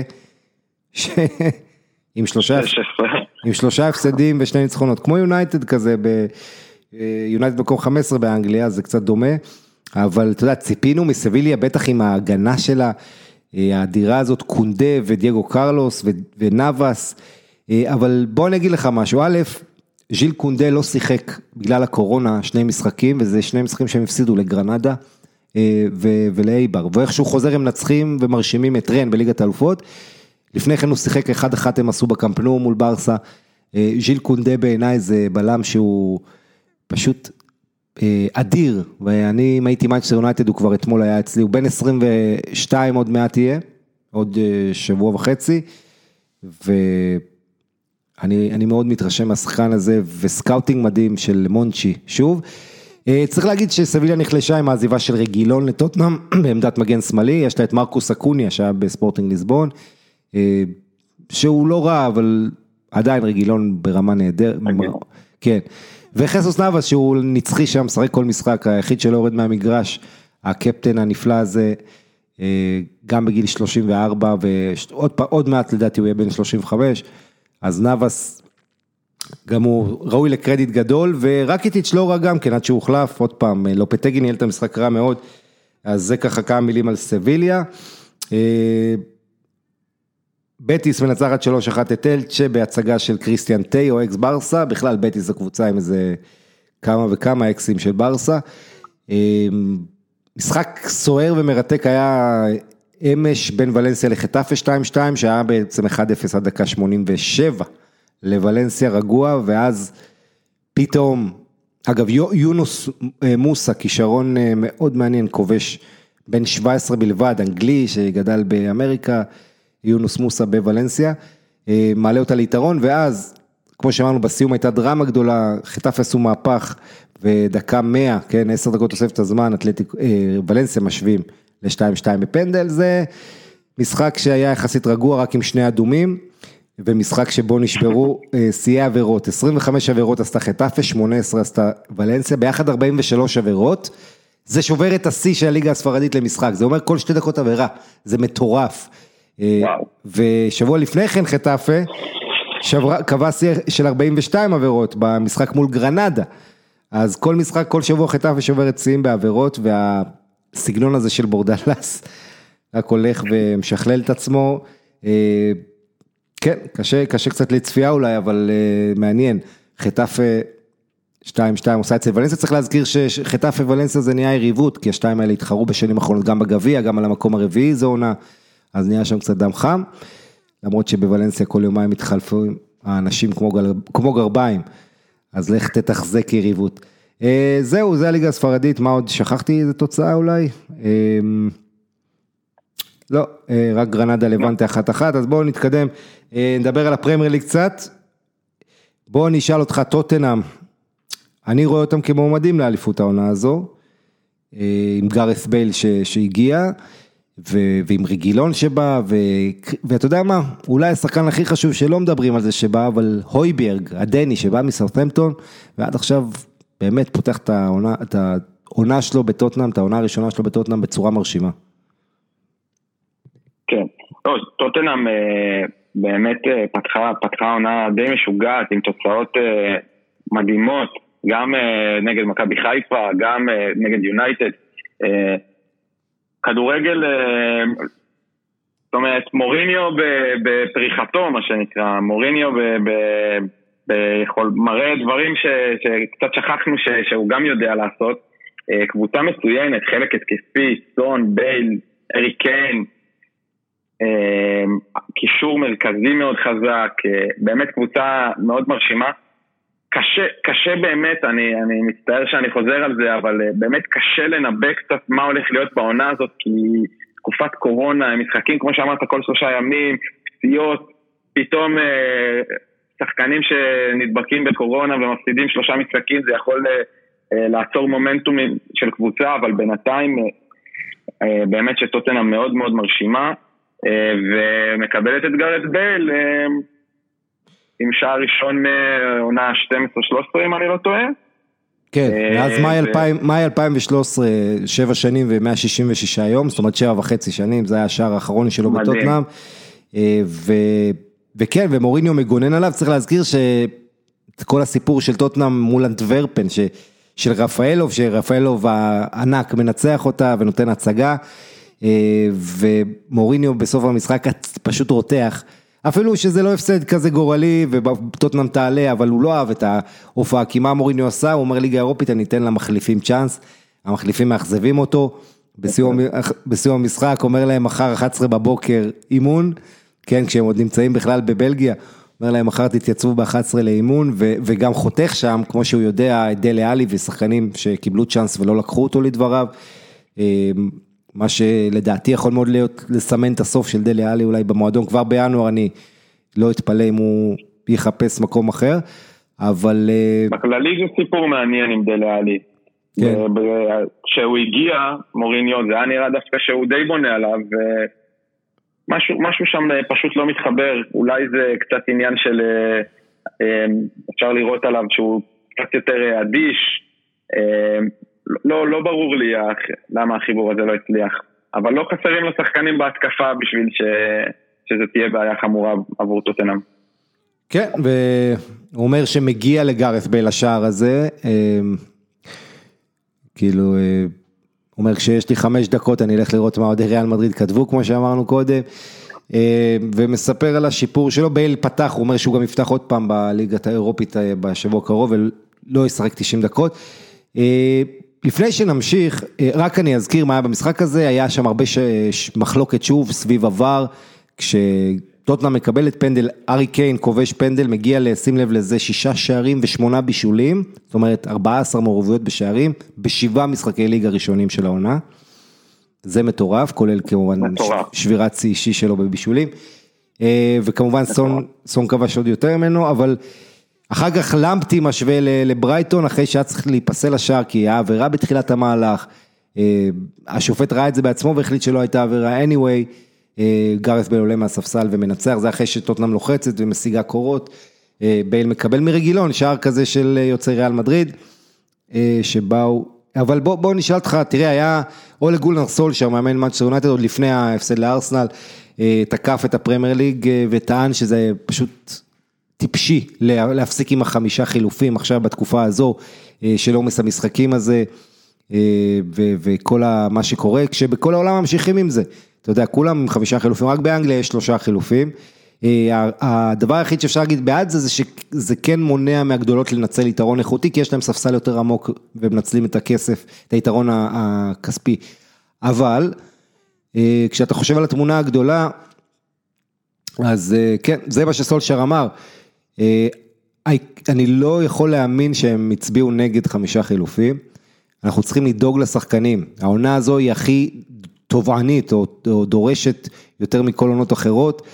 עם 3 הפסדים ו2 ניצחונות, כמו יונייטד כזה, יונייטד מקום 15 באנגליה, זה קצת דומה, אבל אתה יודע, ציפינו מסביליה, בטח עם ההגנה שלה, האדירה הזאת, קונדה ודייגו קרלוס ונאבס, אבל בוא נגיד לך משהו, א', ז'יל קונדה לא שיחק בגלל הקורונה 2 משחקים, וזה 2 משחקים שהם הפסידו לגרנדה ולאייבר, ואיכשהו חוזר הם נצחים ומרשימים את רן בליגת האלופות, לפני כן הוא שיחק 1-1 הם עשו בקמפנו מול ברסה, ז'יל קונדה בעיניי זה בלם שהוא פשוט אדיר, ואני אם הייתי מנצ'סטר יונייטד הוא כבר אתמול היה אצלי, הוא בן 22 עוד מעט יהיה, עוד 1.5 שבוע, ואני מאוד מתרשם מהשחקן הזה, וסקאוטינג מדהים של מונצ'י, שוב, צריך להגיד שסביליה נחלשה עם העזיבה של רגילון לטוטנהאם, בעמדת מגן שמאלי, יש לה את מרקוס אקוניה שהיה בספורטינג ליסבון, שהוא לא רע, אבל עדיין רגילון ברמה נהדר, כן, וחסוס נאבס שהוא נצחי שם, שחק כל משחק, היחיד שלא יורד מהמגרש, הקפטן הנפלא הזה, גם בגיל 34, ועוד מעט לדעתי הוא יהיה בן 35, אז נאבס, גם הוא ראוי לקרדיט גדול, ורקיטיץ' לא רע גם כן, עד שהוא הוחלף, עוד פעם, לופטגי ניהל את המשחק רע מאוד, אז זה ככה כמה מילים על סביליה, בטיס מנצחת 3-1 את אלצ'ה, בהצגה של קריסטיאן טי או אקס ברסה, בכלל בטיס זו קבוצה עם איזה כמה וכמה אקסים של ברסה, משחק סוער ומרתק היה אמש בין ולנסיה לחטאפה 2-2, שהיה בעצם 1-0 עד דקה 87, לוולנסיה רגוע, ואז פתאום, אגב יונוס מוסה, כישרון מאוד מעניין, כובש בין 17 בלבד, אנגלי שגדל באמריקה, יונוס מוסה בוולנסיה, מעלה אותה ליתרון, ואז, כמו שאמרנו, בסיום הייתה דרמה גדולה, חטאפה עשו מהפך, ודקה 100, כן, 10 דקות תוספת הזמן, ולנסיה משווים ל-2-2 בפנדל, זה משחק שהיה יחסית רגוע, רק עם 2 אדומים, ומשחק שבו נשברו שיאי עבירות, 25 עבירות עשתה חטאפה, 18 עשתה ולנסיה, ביחד 43 עבירות, זה שובר את השיא של הליגה הספרדית למשחק, זה אומר כל 2 דקות עבירה, זה מטורף, ושבוע לפני כן חטאפה, קבע שיא של 42 עבירות במשחק מול גרנדה, אז כל משחק, כל שבוע חטאפה שוברת שיאים בעבירות, והסגנון הזה של בורדלס רק הולך ומשכלל את עצמו, כן, קשה קצת לצפייה אולי, אבל מעניין, חטאפה 2-2 עושה את זה, ולנסיה צריך להזכיר שחטאפה ולנסיה זה נהיה יריבות, כי השתיים האלה התחרו בשנים האחרונות גם בגביע, גם על המקום הרביעי זה עונה, אז נהיה שם קצת דם חם, למרות שבוולנסיה כל יומיים מתחלפו האנשים כמו גרביים, אז לך תתחזק יריבות. זהו, זה הליגה הספרדית, מה עוד? שכחתי איזה תוצאה אולי? לא, רק גרנדה לבנטה 1-1, אז בואו נתקדם, נדבר על הפרמייר ליג קצת, בואו נשאל אותך טוטנהאם, אני רואה אותם כמועמדים לאליפות העונה הזו, עם גארת' בייל שהגיע, ועם רגילון שבא, ואתה יודע מה, אולי השחקן הכי חשוב שלא מדברים על זה שבא, אבל הויברג, הדני שבא מסאות'המפטון, ועד עכשיו באמת פותח את העונה שלו בטוטנהאם, את העונה הראשונה שלו בטוטנהאם בצורה מרשימה. כן, טוטנהאם באמת פתחה עונה די משוגעת, עם תוצאות מדהימות, גם נגד מכבי חיפה, גם נגד יונייטד, כדורגל, זאת אומרת, מוריניו בפריחתו, מה שנקרא, מוריניו מראה דברים שקצת שכחנו שהוא גם יודע לעשות, קבוצה מצוינת, חלק התקפי, סון, בייל, ארי קיין, קישור מרכזי מאוד חזק, באמת קבוצה מאוד מרשימה, קשה באמת, אני מצטער שאני חוזר על זה, אבל באמת קשה לנבא קצת מה הולך להיות בעונה הזאת, כי תקופת קורונה, משחקים כמו שאמרת כל 3 ימים, פציעות, פתאום שחקנים שנדבקים בקורונה ומפסידים 3 משחקים, זה יכול לעצור מומנטום של קבוצה, אבל בינתיים באמת שטוטנהאם מאוד מאוד מרשימה, ומקבלת את גארת' בייל, עם שער ראשון מעונה 12-13 אם אני לא טועה. כן, אז מאי 2013, 7 שנים ו166 יום, זאת אומרת 7.5 שנים, זה היה השער האחרון שלו בטוטנהאם, וכן, ומוריניו מגונן עליו, צריך להזכיר שכל הסיפור של טוטנהאם מול אנטוורפן, של רפאלוב, שרפאלוב הענק מנצח אותה ונותן הצגה, ומוריניו בסוף המשחק פשוט רותח, אפילו שזה לא הפסד כזה גורלי, וטוטנהאם תעלה, אבל הוא לא אהב את ההופעה, כי מה מוריניו עשה? הוא אומר ליגה אירופית, אני אתן למחליפים צ'אנס, המחליפים מאכזבים אותו, בסיום המשחק, אומר להם מחר 11 בבוקר אימון, כן, כשהם עוד נמצאים בכלל בבלגיה, אומר להם מחר תתייצבו ב-11 לאימון, וגם חותך שם, כמו שהוא יודע, דלה עלי ושחקנים שקיבלו צ'אנס ולא לקחו אותו לדבריו, מה שלדעתי יכול מאוד להיות לסמן את הסוף של דלה עלי אולי במועדון, כבר בינואר אני לא אתפלא אם הוא יחפש מקום אחר, אבל... בכללי זה סיפור מעניין עם דלה עלי. כן. כשהוא הגיע, מוריניו, זה היה נראה דווקא שהוא די בונה עליו, משהו שם פשוט לא מתחבר, אולי זה קצת עניין של, אפשר לראות עליו שהוא קצת יותר אדיש, לא ברור לי למה החיבור הזה לא הצליח, אבל לא חסרים לשחקנים בהתקפה בשביל שזה תהיה בעיה חמורה עבור טוטנהאם. כן, והוא אומר שמגיע לגארת' בייל השער הזה, כאילו, הוא אומר כשיש לי 5 דקות אני אלך לראות מה עוד ריאל מדריד כתבו כמו שאמרנו קודם, ומספר על השיפור שלו, בייל פתח, הוא אומר שהוא גם יפתח עוד פעם בליגת האירופית בשבוע הקרוב, ולא ישחק 90 דקות, לפני שנמשיך, רק אני אזכיר מה היה במשחק הזה, היה שם הרבה מחלוקת שוב סביב עבר, כשטוטנהאם מקבלת פנדל, ארי קיין כובש פנדל, מגיע לשים לב לזה 6 שערים ו8 בישולים, זאת אומרת 14 מעורבויות בשערים, ב7 משחקי ליגה ראשונים של העונה, זה מטורף, כולל כמובן שבירת שיא אישי שלו בבישולים, וכמובן סון כבש עוד יותר ממנו, אבל... אחר כך למפטי משווה לברייטון, אחרי שהיה צריך להיפסל השער, כי היה עבירה בתחילת המהלך, השופט ראה את זה בעצמו, והחליט שלא הייתה עבירה, anyway, גארת' בייל עולה מהספסל ומנצח, זה אחרי שטוטנהאם לוחצת ומשיגה קורות, בייל מקבל מרגילון, שער כזה של יוצאי ריאל מדריד, שבאו אבל בוא נשאל אותך, תראה, היה אולה גולנר סולשר, מאמן מנצ'סטר יונייטד, עוד לפני ההפסד לארסנל, תקף את הפרמייר ליג, וטען שזה פשוט טיפשי, להפסיק עם 5 חילופים, עכשיו בתקופה הזו, של עומס המשחקים הזה, וכל מה שקורה, כשבכל העולם ממשיכים עם זה, אתה יודע, כולם עם 5 חילופים, רק באנגליה יש 3 חילופים, הדבר היחיד שאפשר להגיד בעד זה, זה שזה כן מונע מהגדולות לנצל יתרון איכותי, כי יש להם ספסל יותר עמוק, ומנצלים את הכסף, את היתרון הכספי, אבל, כשאתה חושב על התמונה הגדולה, אז כן, זה מה שסולשר אמר, אני לא יכול להאמין שהם הצביעו נגד 5 חילופים, אנחנו צריכים לדאוג לשחקנים, העונה הזו היא הכי תובענית, או דורשת יותר מכל עונות אחרות,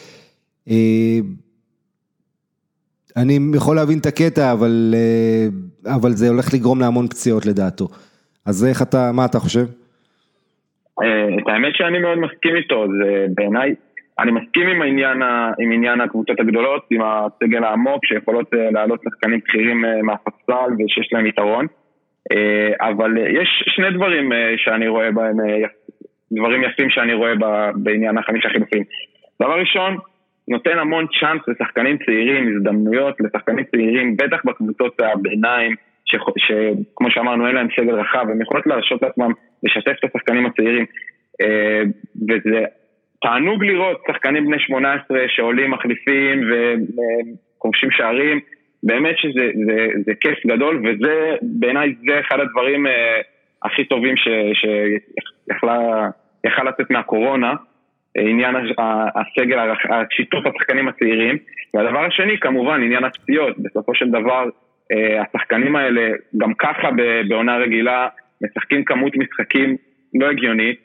אני יכול להבין את הקטע, אבל זה הולך לגרום להמון פציעות לדעתו, אז מה אתה חושב? את האמת שאני מאוד מסכים איתו, זה בעיניי, אני מסכים עם עניין הקבוצות הגדולות, עם הסגל העמוק, שיכולות לעלות שחקנים בכירים מהספסל ושיש להם יתרון, אבל יש שני דברים שאני רואה בהם, דברים יפים שאני רואה בעניין 5 חילופים. דבר ראשון, נותן המון צ'אנס לשחקנים צעירים, הזדמנויות לשחקנים צעירים, בטח בקבוצות הביניים, שכמו שאמרנו, אין להם סגל רחב, הם יכולות להרשות לעצמם לשתף את השחקנים הצעירים, וזה תענוג לראות שחקנים בני 18 שעולים מחליפים וכובשים שערים, באמת שזה כיף גדול, וזה בעיניי זה אחד הדברים הכי טובים שיכלה לצאת מהקורונה, עניין הסגל, שיתוף השחקנים הצעירים, והדבר השני כמובן עניין הפציעות, בסופו של דבר השחקנים האלה גם ככה בעונה רגילה משחקים כמות משחקים לא הגיונית,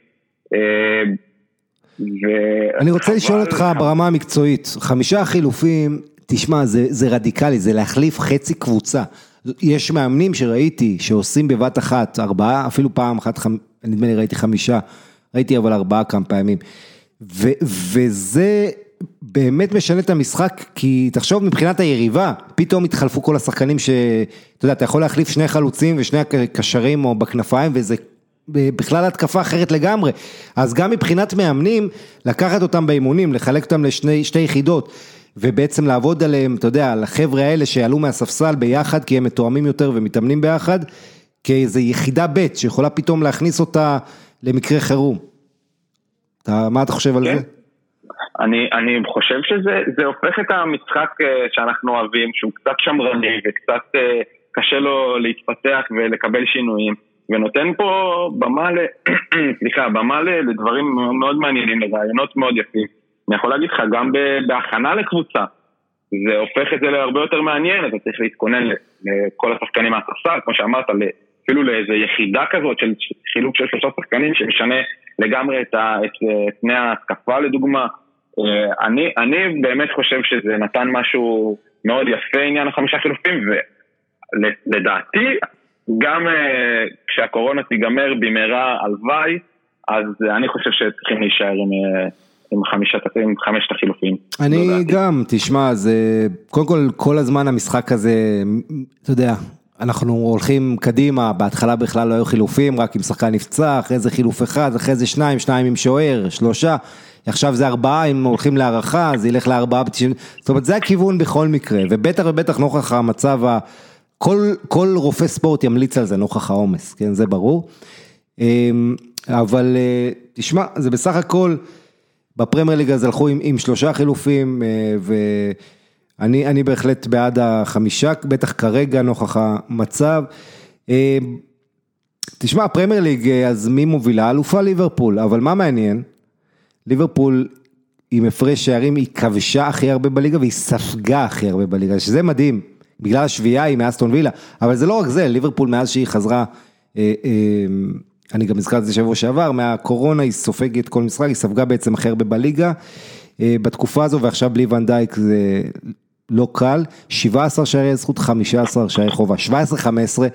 אני רוצה לשאול אותך ברמה המקצועית, 5 חילופים, תשמע, זה רדיקלי, זה להחליף חצי קבוצה, יש מאמנים שראיתי שעושים בבת אחת 4, אפילו פעם אחת, נדמה לי ראיתי 5, ראיתי אבל 4 כמה פעמים, וזה באמת משנה את המשחק, כי תחשוב מבחינת היריבה, פתאום התחלפו כל השחקנים אתה יודע, אתה יכול להחליף 2 חלוצים ושני הקשרים או בכנפיים, וזה בכלל התקפה אחרת לגמרי, אז גם מבחינת מאמנים, לקחת אותם באימונים, לחלק אותם לשתי יחידות, ובעצם לעבוד עליהם, אתה יודע, על החבר'ה האלה שעלו מהספסל ביחד, כי הם מתואמים יותר ומתאמנים ביחד, כאיזו יחידה ב' שיכולה פתאום להכניס אותה למקרה חירום. מה אתה חושב על זה? אני חושב שזה הופך את המשחק שאנחנו אוהבים, שהוא קצת שמרני וקצת קשה לו להתפתח ולקבל שינויים, ונותן פה במה לדברים מאוד מעניינים, לרעיונות מאוד יפים. אני יכול להגיד לך, גם בהכנה לקבוצה, זה הופך את זה להרבה יותר מעניין, אתה צריך להתכונן לכל השחקנים מהספסל, כמו שאמרת, אפילו לאיזו יחידה כזאת של חילוק של 3 שחקנים, שמשנה לגמרי את פני ההתקפה לדוגמה. אני באמת חושב שזה נתן משהו מאוד יפה עניין 5 חילופים, ולדעתי, גם כשהקורונה תיגמר במהרה הלוואי, אז אני חושב שצריכים להישאר עם 5 החילופים. אני גם, תשמע, זה קודם כל הזמן המשחק הזה, אתה יודע, אנחנו הולכים קדימה, בהתחלה בכלל לא היו חילופים, רק עם שחקן נפצע, אחרי זה חילוף 1, אחרי זה 2 עם שוער, 3, עכשיו זה 4, אם הולכים להערכה, זה ילך ל4, זאת אומרת, זה הכיוון בכל מקרה, ובטח נוכח המצב, כל רופא ספורט ימליץ על זה, נוכח העומס, כן, זה ברור, אבל תשמע, זה בסך הכל, בפרמייר ליג אז הלכו עם 3 חילופים, ואני בהחלט בעד 5, בטח כרגע נוכח המצב. תשמע, הפרמייר ליג, אז מי מובילה? אלופה ליברפול, אבל מה מעניין? ליברפול עם הפרש שערים, היא כבשה הכי הרבה בליגה, והיא ספגה הכי הרבה בליגה, שזה מדהים, בגלל השביעה היא מאסטון וילה, אבל זה לא רק זה, ליברפול מאז שהיא חזרה, אני גם הזכרתי את זה שבוע שעבר, מהקורונה היא סופגת כל משחק, היא ספגה בעצם הכי הרבה בליגה, בתקופה הזו, ועכשיו בלי ון דייק זה לא קל, 17 שערי זכות, 15 שערי חובה, 17-15,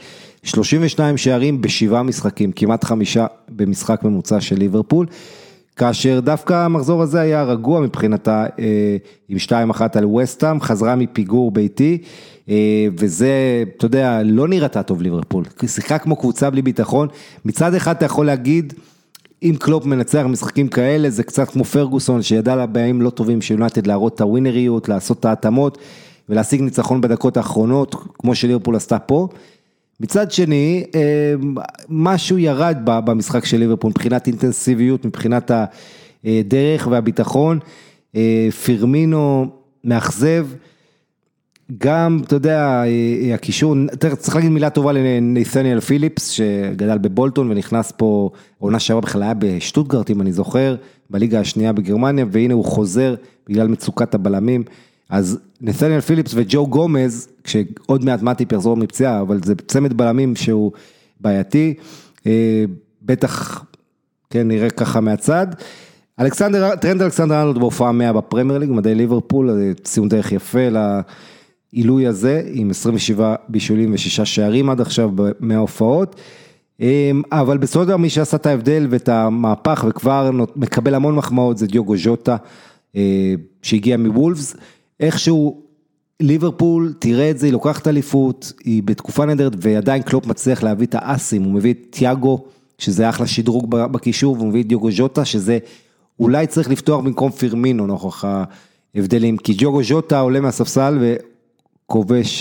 32 שערים ב7 משחקים, כמעט 5 במשחק ממוצע של ליברפול, כאשר דווקא המחזור הזה היה רגוע מבחינתה, עם 2-1 על ווסטהאם, חזרה מפיגור ביתי, וזה, אתה יודע, לא נראתה טוב ליברפול, שיחקה כמו קבוצה בלי ביטחון, מצד אחד אתה יכול להגיד, אם קלופ מנצח משחקים כאלה, זה קצת כמו פרגוסון, שידע לה בימים לא טובים של יונייטד להראות את הווינריות, לעשות את ההתאמות, ולהשיג ניצחון בדקות האחרונות, כמו שליברפול עשתה פה. מצד שני, משהו ירד במשחק של ליברפול, מבחינת אינטנסיביות, מבחינת הדרך והביטחון, פירמינו מאכזב, גם, אתה יודע, הקישור, צריך להגיד מילה טובה לנתניאל פיליפס, שגדל בבולטון ונכנס פה, עונה שעברה בכלל היה בשטוטגרט, אם אני זוכר, בליגה השנייה בגרמניה, והנה הוא חוזר בגלל מצוקת הבלמים, אז נתניאל פיליפס וג'ו גומז, כשעוד מעט מטיפ יחזור מפציעה, אבל זה צמד בלמים שהוא בעייתי, בטח, כן, נראה ככה מהצד, טרנד אלכסנדר ארנולד בהופעה 100 בפרמייר ליג, מדעי ליברפול, ציון דרך יפה לעילוי הזה, עם 27 בישולים ו6 שערים עד עכשיו מההופעות, אבל בסופו של דבר מי שעשה את ההבדל ואת המהפך וכבר מקבל המון מחמאות זה דיוגו ז'וטה, שהגיע מוולפס, איכשהו ליברפול, תראה את זה, היא לוקחת אליפות, היא בתקופה נהדרת ועדיין קלופ מצליח להביא את האסים, הוא מביא את תיאגו, שזה אחלה שדרוג בקישור, והוא מביא את דיוגו ז'וטה, שזה אולי צריך לפתוח במקום פירמינו, נוכח ההבדלים, כי דיוגו ז'וטה עולה מהספסל וכובש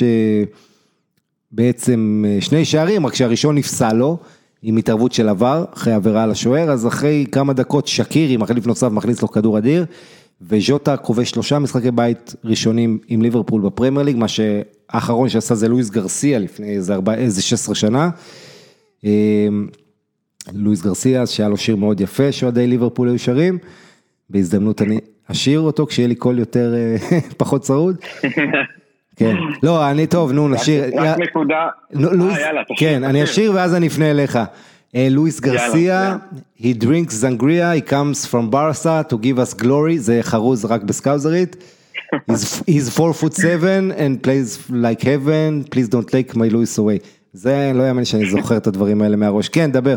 בעצם 2 שערים, רק שהראשון נפסל לו, עם התערבות של עבר, אחרי עבירה על השוער, אז אחרי כמה דקות שקיר, עם מחליף נוסף, מכניס לו כדור אדיר, וז'וטה כובש 3 משחקי בית ראשונים עם ליברפול בפרמייר ליג, מה שהאחרון שעשה זה לואיס גרסיה, לפני איזה 16 שנה, לואיס גרסיה, שהיה לו שיר מאוד יפה, שעדי ליברפול היו שרים, בהזדמנות אני אשיר אותו, כשיהיה לי קול יותר, פחות צרוד, כן, לא, אני טוב, נו, נשיר, רק נקודה, כן, אני אשיר ואז אני אפנה אליך, לואיס גרסיה, he drinks Sangria, he comes from Barca to give us glory, זה חרוז רק בסקאוזרית, he's 4'7" and plays like heaven, please don't take my Louis away, זה לא יאמן שאני זוכר את הדברים האלה מהראש, כן, דבר.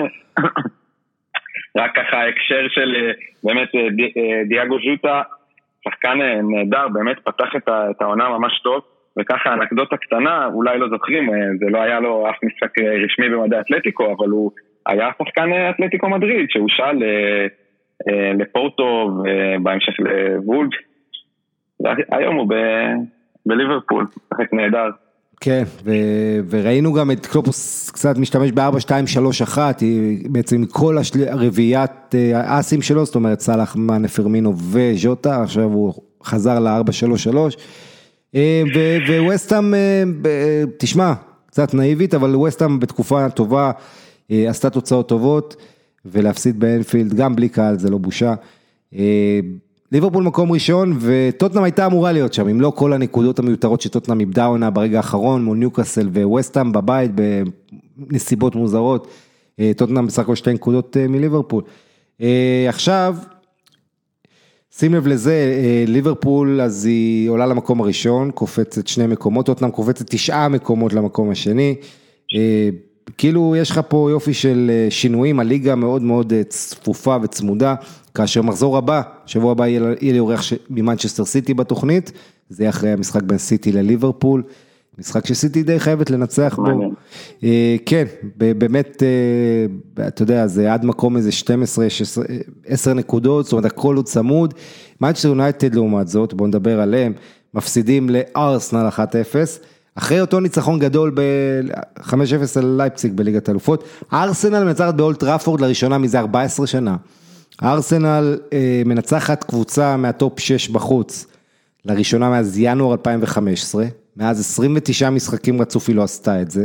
רק ככה ההקשר של באמת דיאגו ז'וטה, שחקן נהדר, באמת פתח את העונה ממש טוב, וככה אנקדוטה קטנה, אולי לא זוכרים, זה לא היה לו אף משחק רשמי במדעי אתלטיקו, אבל הוא היה שחקן אתלטיקו מדריד, שהוא שאל לפורטו ובהמשך לוולד, היום הוא בליברפול, שחק נהדר. כן, וראינו גם את קלופוס קצת משתמש ב-4-2-3-1, בעצם כל הרביעיית האסים שלו, זאת אומרת סלאח, מאנה, פרמינו וז'וטה, עכשיו הוא חזר ל-4-3-3, וווסטהאם, תשמע, קצת נאיבית, אבל ווסטהאם בתקופה טובה, עשתה תוצאות טובות, ולהפסיד באנפילד, גם בלי קהל, זה לא בושה. ליברפול מקום ראשון, וטוטנהאם הייתה אמורה להיות שם, אם לא כל הנקודות המיותרות שטוטנהאם איבדה עונה ברגע האחרון, מול ניוקאסל וווסטהאם בבית, בנסיבות מוזרות, טוטנהאם בסך הכל 2 נקודות מליברפול. עכשיו, שים לב לזה, ליברפול, אז היא עולה למקום הראשון, קופצת 2 מקומות, טוטנהאם קופצת 9 מקומות למקום השני, כאילו יש לך פה יופי של שינויים, הליגה מאוד מאוד צפופה וצמודה, כאשר מחזור הבא, שבוע הבא יהיה לי אורח ממנצ'סטר סיטי בתוכנית, זה יהיה אחרי המשחק בין סיטי לליברפול, משחק שסיטי די חייבת לנצח בו, כן, באמת, אתה יודע, זה עד מקום איזה 12, 10 נקודות, זאת אומרת, הכל הוא צמוד, מנצ'סטר יונייטד לעומת זאת, בואו נדבר עליהם, מפסידים לארסנל 1-0, אחרי אותו ניצחון גדול ב-5-0 על לייפציג בליגת האלופות, ארסנל מנצחת באולד טראפורד לראשונה מזה 14 שנה, ארסנל מנצחת קבוצה מהטופ 6 בחוץ, לראשונה מאז ינואר 2015, מאז 29 משחקים רצוף היא לא עשתה את זה,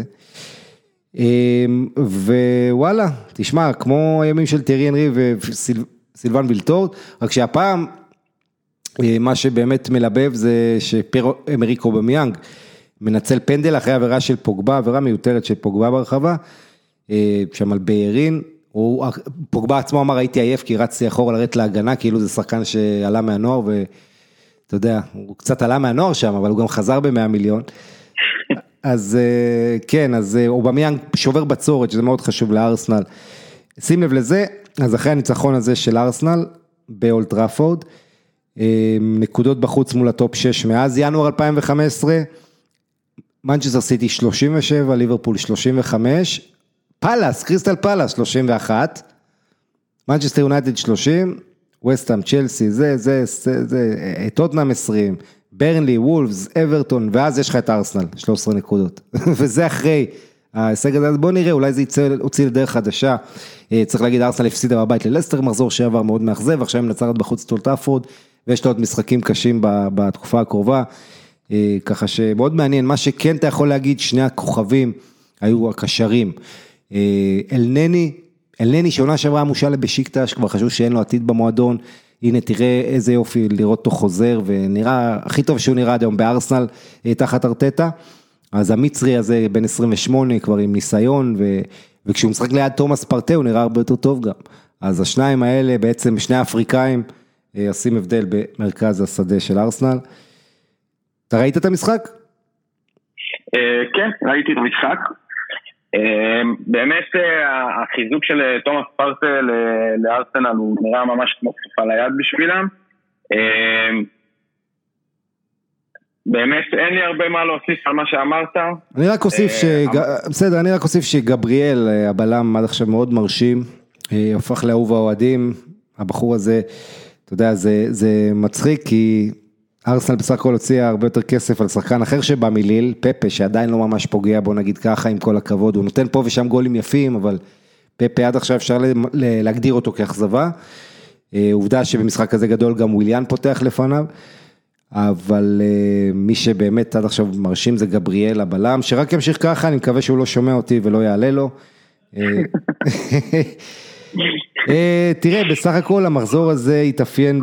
ווואלה, תשמע, כמו הימים של טיירי אנרי וסילבן וילטורד, רק שהפעם, מה שבאמת מלבב זה שפיירו אמריק אובמיאנג, מנצל פנדל אחרי עבירה של פוגבה, עבירה מיותרת של פוגבה ברחבה, שם על ביירין, פוגבה עצמו אמר, הייתי עייף כי רצתי אחורה לרדת להגנה, כאילו זה שחקן שעלה מהנוער, ואתה יודע, הוא קצת עלה מהנוער שם, אבל הוא גם חזר ב100 מיליון, אז כן, אז אובמיאנג שובר בצורת, שזה מאוד חשוב לארסנל, שים לב לזה, אז אחרי הניצחון הזה של ארסנל, באולד טראפורד, נקודות בחוץ מול הטופ 6 מאז ינואר 2015, מנצ'סטר סיטי 37, ליברפול 35, פלאס, קריסטל פלאס 31, מנצ'סטר יונייטד 30, וסטהאם, צ'לסי, טוטנהאם 20, ברנלי, וולפס, אברטון, ואז יש לך את ארסנל, 13 נקודות, וזה אחרי ההישג הזה, אז בוא נראה, אולי זה הוציא לדרך חדשה, צריך להגיד, ארסנל הפסידה בבית ללסטר, מחזור שעבר מאוד מאכזב, עכשיו הם נצרת בחוץ אולד טראפורד, ויש לו עוד משחקים קשים בתקופה הקרובה, ככה שמאוד מעניין, מה שכן אתה יכול להגיד, שני הכוכבים היו הקשרים, אלנני שעונה שעברה מושל בשיקטש, כבר חשוב שאין לו עתיד במועדון, הנה תראה איזה יופי לראות אותו חוזר, ונראה הכי טוב שהוא נראה עד היום בארסנל תחת ארטטה, אז המצרי הזה בין 28 כבר עם ניסיון, וכשהוא משחק ליד תומאס פרטה הוא נראה הרבה יותר טוב גם, אז השניים האלה בעצם שני אפריקאים, עושים הבדל במרכז השדה של ארסנל. אתה ראית את המשחק? כן, ראיתי את המשחק. באמת החיזוק של תומאס פרטה לארסנל הוא נראה ממש כמו כפפה ליד בשבילם. באמת אין לי הרבה מה להוסיף על מה שאמרת. אני רק אוסיף שגבריאל הבלם עד עכשיו מאוד מרשים, הפך לאהוב האוהדים, הבחור הזה, אתה יודע, זה מצחיק כי ארסנל בסך הכל הוציאה הרבה יותר כסף על שחקן אחר שבא מליל, פפה שעדיין לא ממש פוגע, בוא נגיד ככה עם כל הכבוד, הוא נותן פה ושם גולים יפים, אבל פפה עד עכשיו אפשר להגדיר אותו כאכזבה, עובדה שבמשחק כזה גדול גם וויליאן פותח לפניו, אבל מי שבאמת עד עכשיו מרשים זה גבריאל הבלם, שרק ימשיך ככה, אני מקווה שהוא לא שומע אותי ולא יעלה לו. תראה, בסך הכל המחזור הזה התאפיין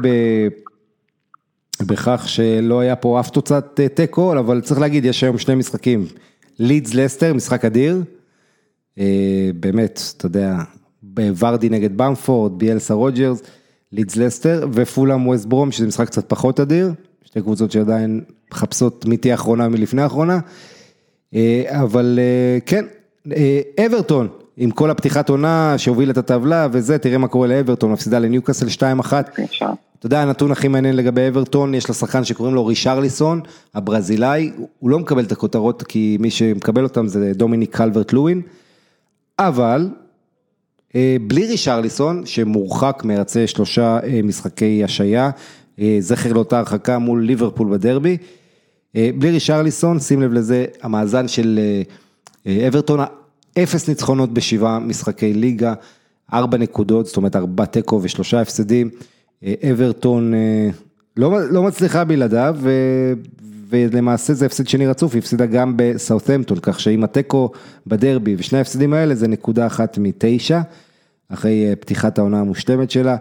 בכך שלא היה פה אף תוצאת טקו, אבל צריך להגיד, יש היום שני משחקים, לידס לסטר, משחק אדיר, באמת, אתה יודע, ורדי נגד במפורד, ביאלסה רוג'רס, לידס לסטר, ופולאם ווסט ברום, שזה משחק קצת פחות אדיר, שתי קבוצות שעדיין מחפשות מי תהיה האחרונה מלפני האחרונה, אבל כן, אברטון, עם כל הפתיחת עונה שהוביל את הטבלה, וזה, תראה מה קורה לאברטון, מפסידה לניוקאסל 2-1, אתה יודע, הנתון הכי מעניין לגבי אברטון, יש לה שחקן שקוראים לו רישרליסון, הברזילאי, הוא לא מקבל את הכותרות, כי מי שמקבל אותם זה דומיניק קלברט לואין, אבל בלי רישרליסון, שמורחק מרצה 3 משחקי השעיה, זכר לאותה הרחקה מול ליברפול בדרבי, בלי רישרליסון, שים לב לזה, המאזן של אברטון, 0 ניצחונות ב7 משחקי ליגה, 4 נקודות, זאת אומרת 4 טקו ו3 הפסדים, אברטון לא מצליחה בלעדיו, ולמעשה זה הפסד שני רצוף, היא הפסידה גם בסאות'המפטון, כך שאם הטקו בדרבי ושני ההפסדים האלה, זה נקודה 1 מ9, אחרי פתיחת העונה המושלמת שלה,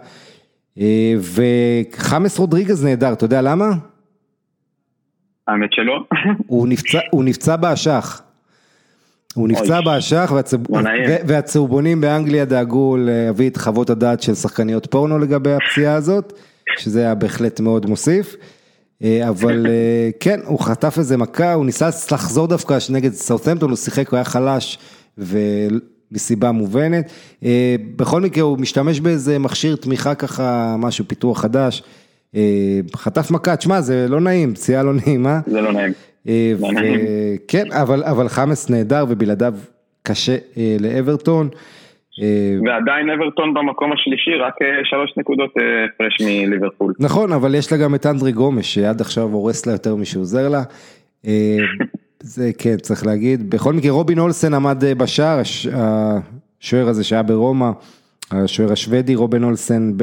וחמאס רודריגז נהדר, אתה יודע למה? האמת שלא. הוא נפצע באשך. הוא נפצע באשך, והצהובונים באנגליה דאגו להביא את חוות הדעת של שחקניות פורנו לגבי הפציעה הזאת, שזה היה בהחלט מאוד מוסיף, אבל כן, הוא חטף איזה מכה, הוא ניסה לחזור דווקא נגד סאות'המפטון, הוא שיחק, הוא היה חלש, ומסיבה מובנת, בכל מקרה הוא משתמש באיזה מכשיר תמיכה ככה, משהו פיתוח חדש, חטף מכה, תשמע, זה לא נעים, פציעה לא נעימה. זה לא נעים. כן, אבל חמאס נהדר ובלעדיו קשה לאברטון. ועדיין אברטון במקום השלישי, רק 3 נקודות פרש מליברפול. נכון, אבל יש לה גם את אנדרי גומש, שעד עכשיו הורס לה יותר משהו עוזר לה. זה כן, צריך להגיד. בכל מקרה, רובין אולסן עמד בשער, השוער הזה שהיה ברומא, השוער השוודי, רובין אולסן,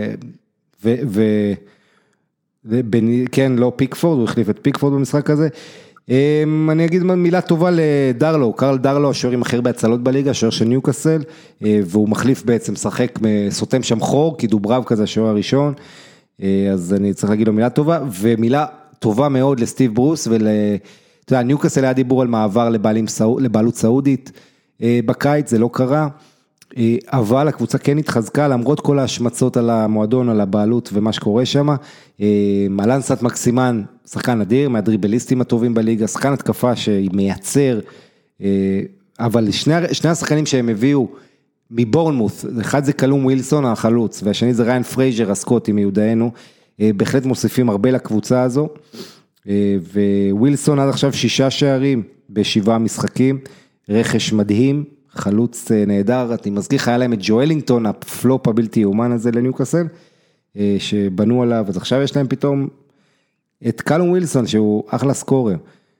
כן, לא פיקפורד, הוא החליף את פיקפורד במשחק הזה. אני אגיד מילה טובה לדרלו, קרל דרלו, השוער עם אחר בהצלות בליגה, השוער של ניוקאסל, והוא מחליף בעצם, שחק, סותם שם חור, כי דוברב כזה השוער הראשון, אז אני צריך להגיד לו מילה טובה, ומילה טובה מאוד לסטיב ברוס, אתה יודע, ניוקאסל היה דיבור על מעבר לבעלות סעודית, בקיץ זה לא קרה, אבל הקבוצה כן התחזקה, למרות כל ההשמצות על המועדון, על הבעלות ומה שקורה שם, מלנסת מקסימן, שחקן אדיר, מהדריבליסטים הטובים בליגה, שחקן התקפה שמייצר, אבל שני השחקנים שהם הביאו, מבורנמות', אחד זה קלום ווילסון החלוץ, והשני זה ריין פרייזר הסקוטי מיודענו, בהחלט מוסיפים הרבה לקבוצה הזו, ווילסון עד עכשיו 6 שערים ב7 משחקים, רכש מדהים, חלוץ נהדר, אני מזכיר לך, היה להם את ג'ואלינגטון, הפלופ הבלתי יאומן הזה לניוקאסל, שבנו עליו, אז עכשיו יש להם פתאום את קלום ווילסון, שהוא אחלה סקורר,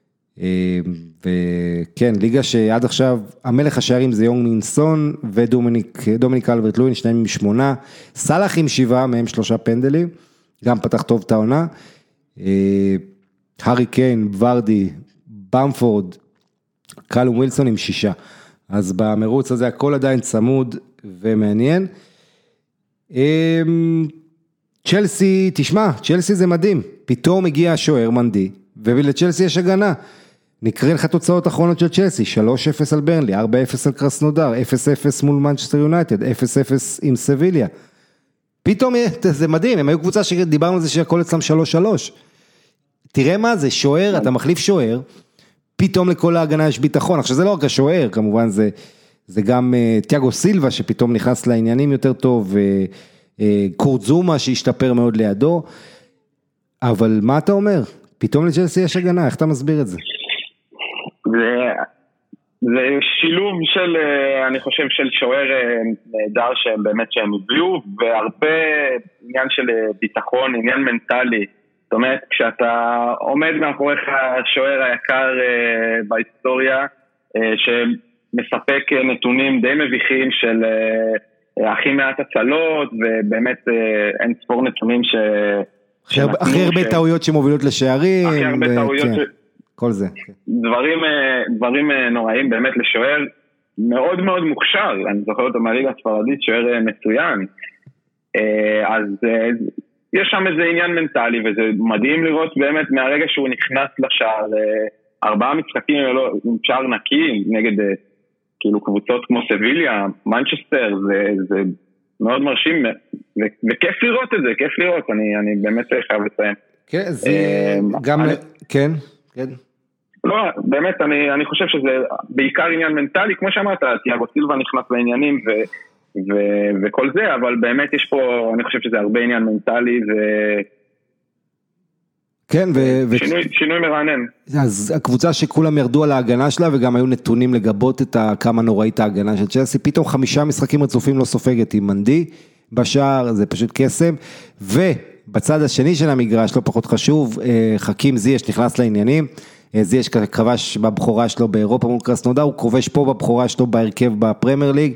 וכן, ליגה שעד עכשיו, המלך השערים זה יונג מינסון, ודומיניק אלברט לוין, שניהם עם 8, סלאח עם 7, מהם 3 פנדלים, גם פתח טוב את העונה, הארי קיין, ורדי, במפורד, קלום ווילסון עם 6, אז במרוץ הזה הכל עדיין צמוד ומעניין. צ'לסי, תשמע, צ'לסי זה מדהים, פתאום הגיע השוער מנדי, ולצ'לסי יש הגנה, נקרא לך תוצאות אחרונות של צ'לסי, 3-0 על ברנלי, 4-0 על קרסנודר, 0-0 מול מנצ'סטר יונייטד, 0-0 עם סביליה, פתאום זה מדהים, הם היו קבוצה שדיברנו על זה שהכל אצלם 3-3, תראה מה זה, שוער, אתה מחליף שוער, פתאום לכל ההגנה יש ביטחון, עכשיו זה לא רק השוער, כמובן זה גם תיאגו סילבה שפתאום נכנס לעניינים יותר טוב, קורט זומה שהשתפר מאוד לידו, אבל מה אתה אומר? פתאום לצ'לסי יש הגנה, איך אתה מסביר את זה? זה שילוב של, אני חושב, של שוער נהדר שהם באמת שהם הביאו, והרבה עניין של ביטחון, עניין מנטלי, זאת אומרת, כשאתה עומד מאחוריך השוער היקר בהיסטוריה, שמספק נתונים די מביכים של הכי מעט הצלות, ובאמת אין ספור נתונים הכי הרבה טעויות שמובילות לשערים, הכי הרבה טעויות, כל זה. דברים נוראים באמת לשוער, מאוד מאוד מוכשר, אני זוכר אותו מהליגה הספרדית, שוער מצוין, אז יש שם איזה עניין מנטלי, וזה מדהים לראות באמת מהרגע שהוא נכנס לשער, 4 משחקים עם שער נקי, נגד כאילו קבוצות כמו סביליה, מנצ'סטר, זה מאוד מרשים, וכיף לראות את זה, כיף לראות, אני באמת חייב לציין. כן, זה גם, כן, כן. לא, באמת, אני חושב שזה בעיקר עניין מנטלי, כמו שאמרת, תיאגו סילבה נכנס לעניינים וכל זה, אבל באמת יש פה, אני חושב שזה הרבה עניין מנטלי כן, שינוי מרענן. אז הקבוצה שכולם ירדו על ההגנה שלה, וגם היו נתונים לגבות את כמה נוראית ההגנה של צ'לסי, פתאום 5 משחקים רצופים לא סופגת עם מנדי בשער, זה פשוט קסם, ובצד השני של המגרש, לא פחות חשוב, חכים זייש נכנס לעניינים, זייש כבש בבחורה שלו באירופה מול קרסנודר, הוא כובש פה בבחורה שלו בהרכב בפרמייר ליג,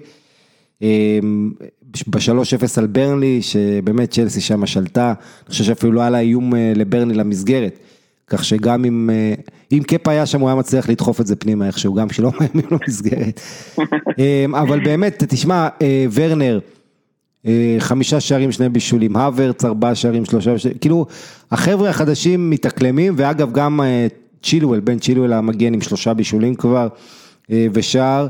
ב-3-0 על ברנלי, שבאמת צ'לסי שם שלטה, אני חושב שאפילו לא היה לה איום לברנלי למסגרת, כך שגם אם קפה היה שם, הוא היה מצליח לדחוף את זה פנימה איכשהו, גם שלא מאיימים לו מסגרת. אבל באמת, תשמע, ורנר, 5 שערים 2 בישולים, הוורץ 4 שערים 3 בישולים, כאילו, החבר'ה החדשים מתאקלמים, ואגב גם צ'ילואל, בן צ'ילואל המגן עם 3 בישולים כבר, ושער,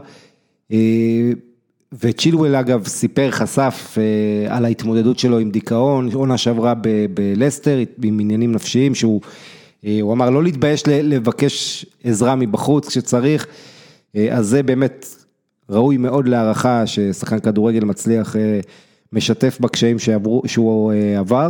וצ'ילואל אגב סיפר, חשף על ההתמודדות שלו עם דיכאון, עונה שעברה בלסטר עם עניינים נפשיים, שהוא אמר לא להתבייש לבקש עזרה מבחוץ כשצריך, אז זה באמת ראוי מאוד להערכה ששחקן כדורגל מצליח משתף בקשיים שהוא עבר,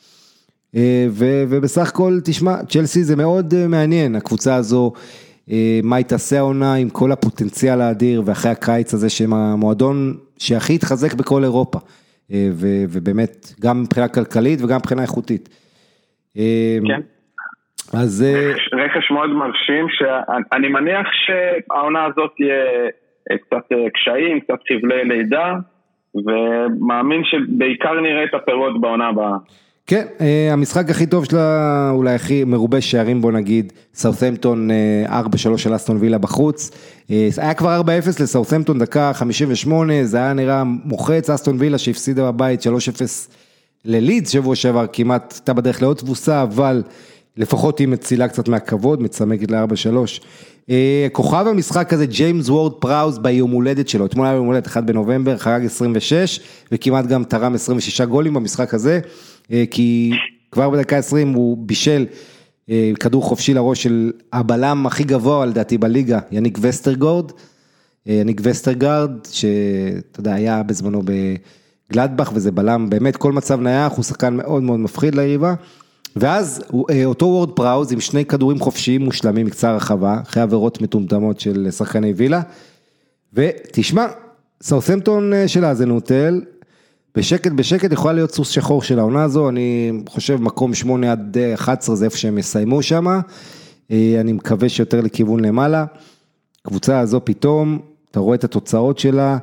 ובסך הכל תשמע, צ'לסי זה מאוד מעניין, הקבוצה הזו, מה היא תעשה העונה עם כל הפוטנציאל האדיר, ואחרי הקיץ הזה שהם המועדון שהכי התחזק בכל אירופה, ובאמת גם מבחינה כלכלית וגם מבחינה איכותית. כן. אז רכש מאוד מרשים, שאני מניח שהעונה הזאת תהיה קצת קשיים, קצת חבלי לידה, ומאמין שבעיקר נראה את הפירות בעונה הבאה. כן, המשחק הכי טוב שלה, אולי הכי מרובה שערים בוא נגיד, סאות'המפטון 4-3 של אסטון וילה בחוץ, היה כבר 4-0 לסאות'המפטון דקה 58, זה היה נראה מוחץ, אסטון וילה שהפסידה בבית 3-0 ללידס שבוע שעבר, כמעט הייתה בדרך לעוד תבוסה, אבל לפחות היא מצילה קצת מהכבוד, מצמקת ל-4-3. כוכב המשחק הזה, ג'יימס וורד פראוז ביום הולדת שלו, אתמול היה יום הולדת 1 בנובמבר, חגג 26, וכמעט גם תרם 26 גולים במשחק הזה, כי כבר בדקה 20 הוא בישל כדור חופשי לראש של הבלם הכי גבוה לדעתי בליגה, יניק וסטרגורד, ניק וסטרגרד, שאתה יודע, היה בזמנו בגלדבך, וזה בלם, באמת כל מצב נייח, הוא שחקן מאוד מאוד מפחיד ליריבה, ואז אותו וורד פראוז, עם שני כדורים חופשיים מושלמים מקצה הרחבה, אחרי עבירות מטומטמות של שחקני וילה, ותשמע, סאות'המפטון של האזנוטל, בשקט יכולה להיות סוס שחור של העונה הזו, אני חושב מקום 8 עד 11 זה איפה שהם יסיימו שם, אני מקווה שיותר לכיוון למעלה, קבוצה הזו פתאום, אתה רואה את התוצאות שלה,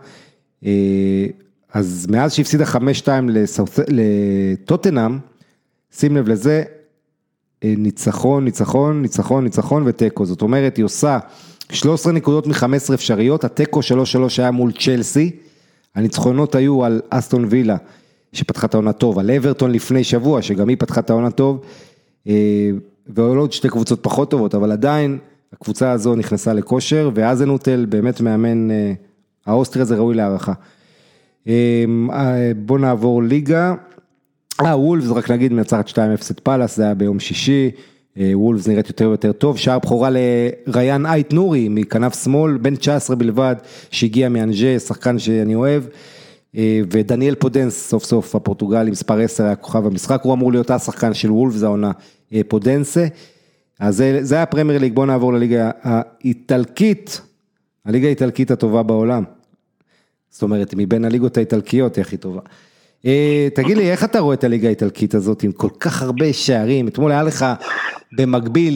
אז מאז שהפסידה 5-2 לטוטנהאם, שים לב לזה, ניצחון וטקו, זאת אומרת היא עושה 13 נקודות מ-15 אפשריות, הטקו 3-3 היה מול צ'לסי, הניצחונות היו על אסטון וילה, שפתחה את העונה טוב, על אברטון לפני שבוע, שגם היא פתחה את העונה טוב, ועוד שתי קבוצות פחות טובות, אבל עדיין הקבוצה הזו נכנסה לכושר, ואזנוטל באמת מאמן, האוסטרי הזה ראוי להערכה. בוא נעבור ליגה, וולפס, רק נגיד מנצחת 2-0 את פלאס, זה היה ביום שישי, וולפס נראית יותר ויותר טוב, שער בחורה לריין אייט נורי, מכנף שמאל, בן 19 בלבד, שהגיע מאנג'ה, שחקן שאני אוהב, ודניאל פודנס, סוף סוף הפורטוגלי, מספר 10, היה כוכב המשחק, הוא אמור להיות השחקן של וולפס, העונה פודנסה, אז זה היה פרמייר ליג, בוא נעבור לליגה האיטלקית, הליגה האיטלקית הטובה בעולם, זאת אומרת, מבין הליגות האיטלקיות היא הכי טובה. תגיד לי, איך אתה רואה את הליגה האיטלקית הזאת עם כל כך הרבה שערים? אתמול היה לך במקביל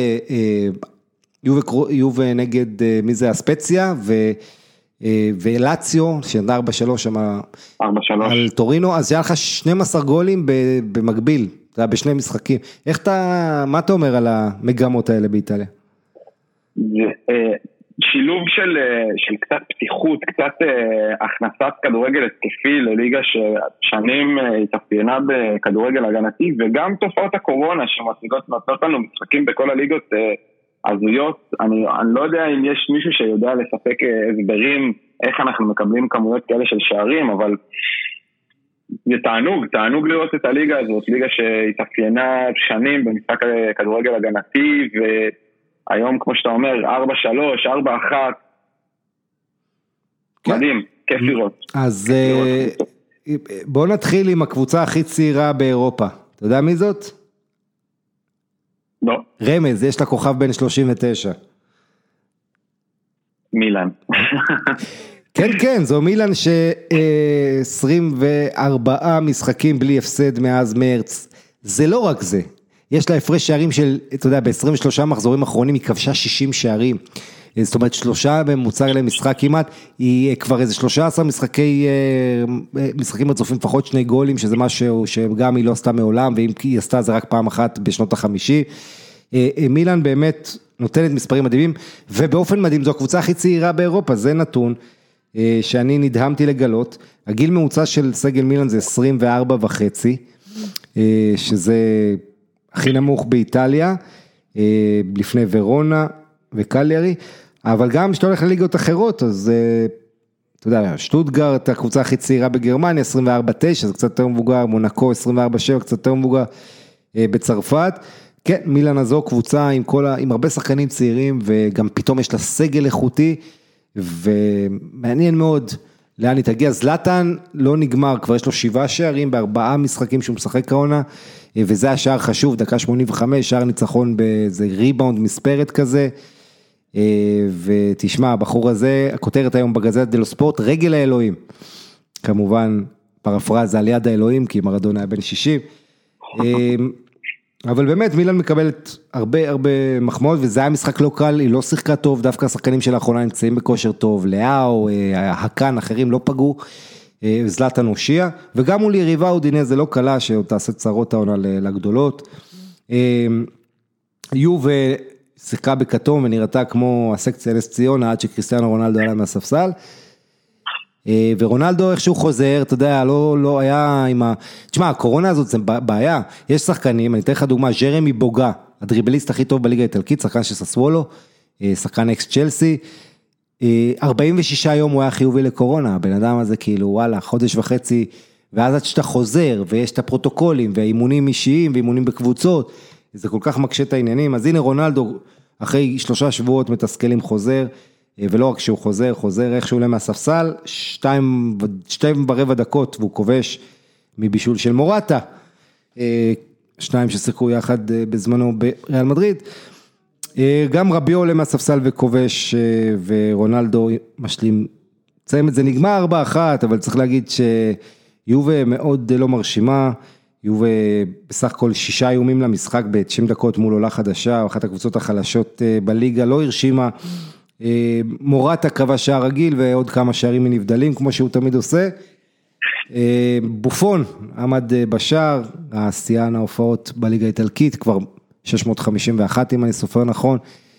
יובה נגד מי זה הספציה ולאציו, שנדה 4-3 שם על טורינו, אז היה לך 12 גולים במקביל, זה היה בשני משחקים. מה אתה אומר על המגמות האלה באיטליה? שילוב של קצת פתיחות, קצת הכנסת כדורגל התקפי לליגה ששנים התאפיינה בכדורגל הגנתי, וגם תופעות הקורונה שמציגות נותנות לנו משחקים בכל הליגות הזויות. אני לא יודע אם יש מישהו שיודע לספק הסברים איך אנחנו מקבלים כמויות כאלה של שערים, אבל זה תענוג לראות את הליגה הזאת, ליגה שהתאפיינה שנים במשחק כדורגל הגנתי, היום, כמו שאתה אומר, 4-3, 4-1, מדהים, כיף לראות. אז בוא נתחיל עם הקבוצה הכי צעירה באירופה. אתה יודע מי זאת? לא. רמז, יש לה כוכב בן 39. מילאן. כן, זו מילאן ש24 משחקים בלי הפסד מאז מרץ. זה לא רק זה. יש לה הפרש שערים של, אתה יודע, ב-23 מחזורים אחרונים היא כבשה 60 שערים, זאת אומרת 3 בממוצע למשחק כמעט, היא כבר איזה 13 משחקים רצופים, לפחות 2 גולים, שזה משהו שגם היא לא עשתה מעולם, ואם היא עשתה זה רק פעם אחת בשנות ה-50, מילאן באמת נותנת מספרים מדהימים, ובאופן מדהים זו הקבוצה הכי צעירה באירופה, זה נתון שאני נדהמתי לגלות, הגיל ממוצע של סגל מילאן זה 24.5, שזה הכי נמוך באיטליה, לפני ורונה וקליירי, אבל גם שאתה הולך לליגות אחרות, אז אתה יודע, שטוטגרט, הקבוצה הכי צעירה בגרמניה, 24-9, זה קצת יותר מבוגר, מונקו 24-7, קצת יותר מבוגר בצרפת, כן, מילאן הזו קבוצה עם הרבה שחקנים צעירים, וגם פתאום יש לה סגל איכותי, ומעניין מאוד לאן היא תגיע. זלאטן לא נגמר, כבר יש לו 7 שערים ב4 משחקים שהוא משחק העונה, וזה השער חשוב, דקה 85, שער ניצחון באיזה ריבאונד מספרת כזה, ותשמע, הבחור הזה, הכותרת היום בגזט דלו ספורט, רגל האלוהים, כמובן פרפרזה על יד האלוהים, כי מרדונה היה בן 60, אבל באמת מילאן מקבלת הרבה מחמאות, וזה היה משחק לא קל, היא לא שיחקה טוב, דווקא השחקנים של האחרונה נמצאים בכושר טוב, לאו, הקן, אחרים לא פגעו, זלאטן הושיע, וגם מול יריבה אודינז זה לא קלה, שעוד תעשה צרות העונה לגדולות, יובה שיחקה בכתום, ונראתה כמו הסקציה נס ציונה, עד שקריסטיאנו רונלדו עלה מהספסל, ורונלדו איכשהו חוזר, אתה יודע, לא היה עם תשמע, הקורונה הזאת זה בעיה, יש שחקנים, אני אתן לך דוגמה, ג'רמי בוגה, הדריבליסט הכי טוב בליגה האיטלקית, שחקן של ססוולו, שחקן אקס צ'לסי, 46 יום הוא היה חיובי לקורונה, הבן אדם הזה כאילו, וואלה, חודש וחצי, ואז עד שאתה חוזר, ויש את הפרוטוקולים, והאימונים אישיים, ואימונים בקבוצות, זה כל כך מקשה את העניינים, אז הנה רונלדו, אחרי 3 שבועות מתסכלים חוזר, ולא רק שהוא חוזר איך שהוא עולה מהספסל, 2.25 דקות, והוא כובש מבישול של מורטה, 2 ששיחקו יחד בזמנו בריאל מדריד, גם רביו עולה מהספסל וכובש, ורונלדו משלים, זה נגמר 4-1, אבל צריך להגיד שיובה מאוד לא מרשימה, יובה בסך הכל 6 איומים למשחק ב-90 דקות מול עולה חדשה, אחת הקבוצות החלשות בליגה, לא הרשימה, מורטה כבש שער רגיל ועוד כמה שערים מנבדלים, כמו שהוא תמיד עושה, בופון עמד בשער, השיאן ההופעות בליגה האיטלקית, כבר 651 אם אני סופר נכון,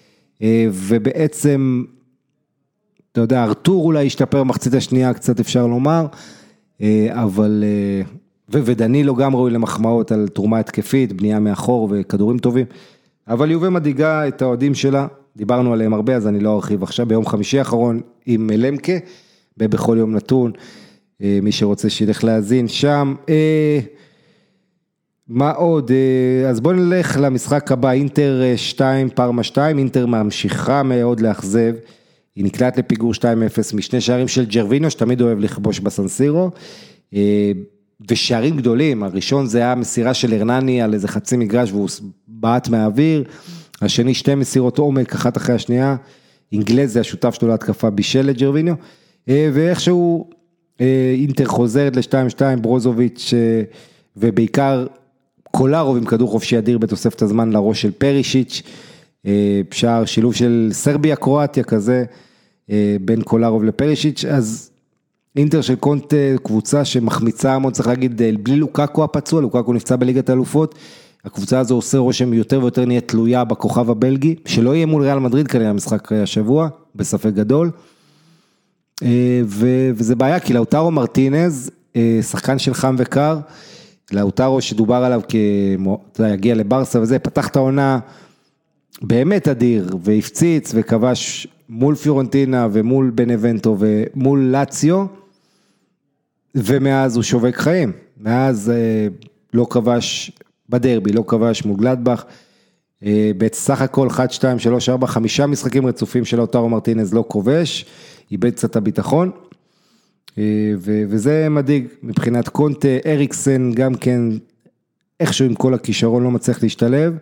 ובעצם, אתה יודע, ארתור אולי השתפר מחצית השנייה, קצת אפשר לומר, אבל, ודנילו גם ראוי למחמאות על תרומה התקפית, בנייה מאחור וכדורים טובים, אבל יובה מדאיגה את האוהדים שלה, דיברנו עליהם הרבה, אז אני לא ארחיב עכשיו, ביום חמישי האחרון עם למקה, בכל יום נתון, מי שרוצה שילך להזין שם, מה עוד? אז בואו נלך למשחק הבא, אינטר 2, פרמה 2, אינטר ממשיכה מאוד לאכזב, היא נקלעת לפיגור 2-0 משני שערים של ג'רווינו, שתמיד אוהב לכבוש בסנסירו, ושערים גדולים, הראשון זה היה מסירה של הרנני על איזה חצי מגרש, והוא בעט מהאוויר, השני 2 מסירות עומק, אחת אחרי השנייה, אינגלז זה השותף שלו להתקפה בישל לג'רווינו, ואיכשהו אינטר חוזרת ל-2-2, ברוזוביץ' ובעיקר קולרוב עם כדור חופשי אדיר בתוספת הזמן לראש של פרישיץ', שער שילוב של סרביה קרואטיה כזה, בין קולרוב לפרישיץ', אז אינטר של קונט קבוצה שמחמיצה המון, צריך להגיד, בלי לוקאקו הפצוע, לוקאקו נפצע בליגת האלופות, הקבוצה הזו עושה רושם יותר ויותר נהיה תלויה בכוכב הבלגי, שלא יהיה מול ריאל מדריד כנראה המשחק השבוע, בספק גדול, וזה בעיה, כי לאוטרו מרטינז, שחקן של חם וקר, לאוטרו שדובר עליו יגיע לברסה וזה, פתח את העונה באמת אדיר, והפציץ וכבש מול פיורנטינה ומול בנבנטו ומול לאציו, ומאז הוא שובק חיים, מאז לא כבש בדרבי, לא כבש מול גלדבך, בסך הכל 1, 2, 3, 4, 5 משחקים רצופים של לאוטרו מרטינז לא כובש, איבד קצת הביטחון, וזה מדאיג מבחינת קונטה, אריקסן גם כן, איכשהו עם כל הכישרון לא מצליח להשתלב,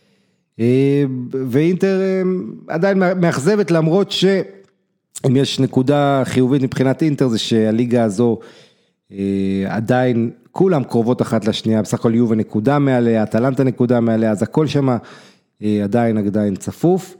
ואינטר עדיין מאכזבת, למרות שאם יש נקודה חיובית מבחינת אינטר, זה שהליגה הזו עדיין כולם קרובות אחת לשנייה, בסך הכל יובה נקודה מעליה, אטלנטה נקודה מעליה, אז הכל שם עדיין צפוף.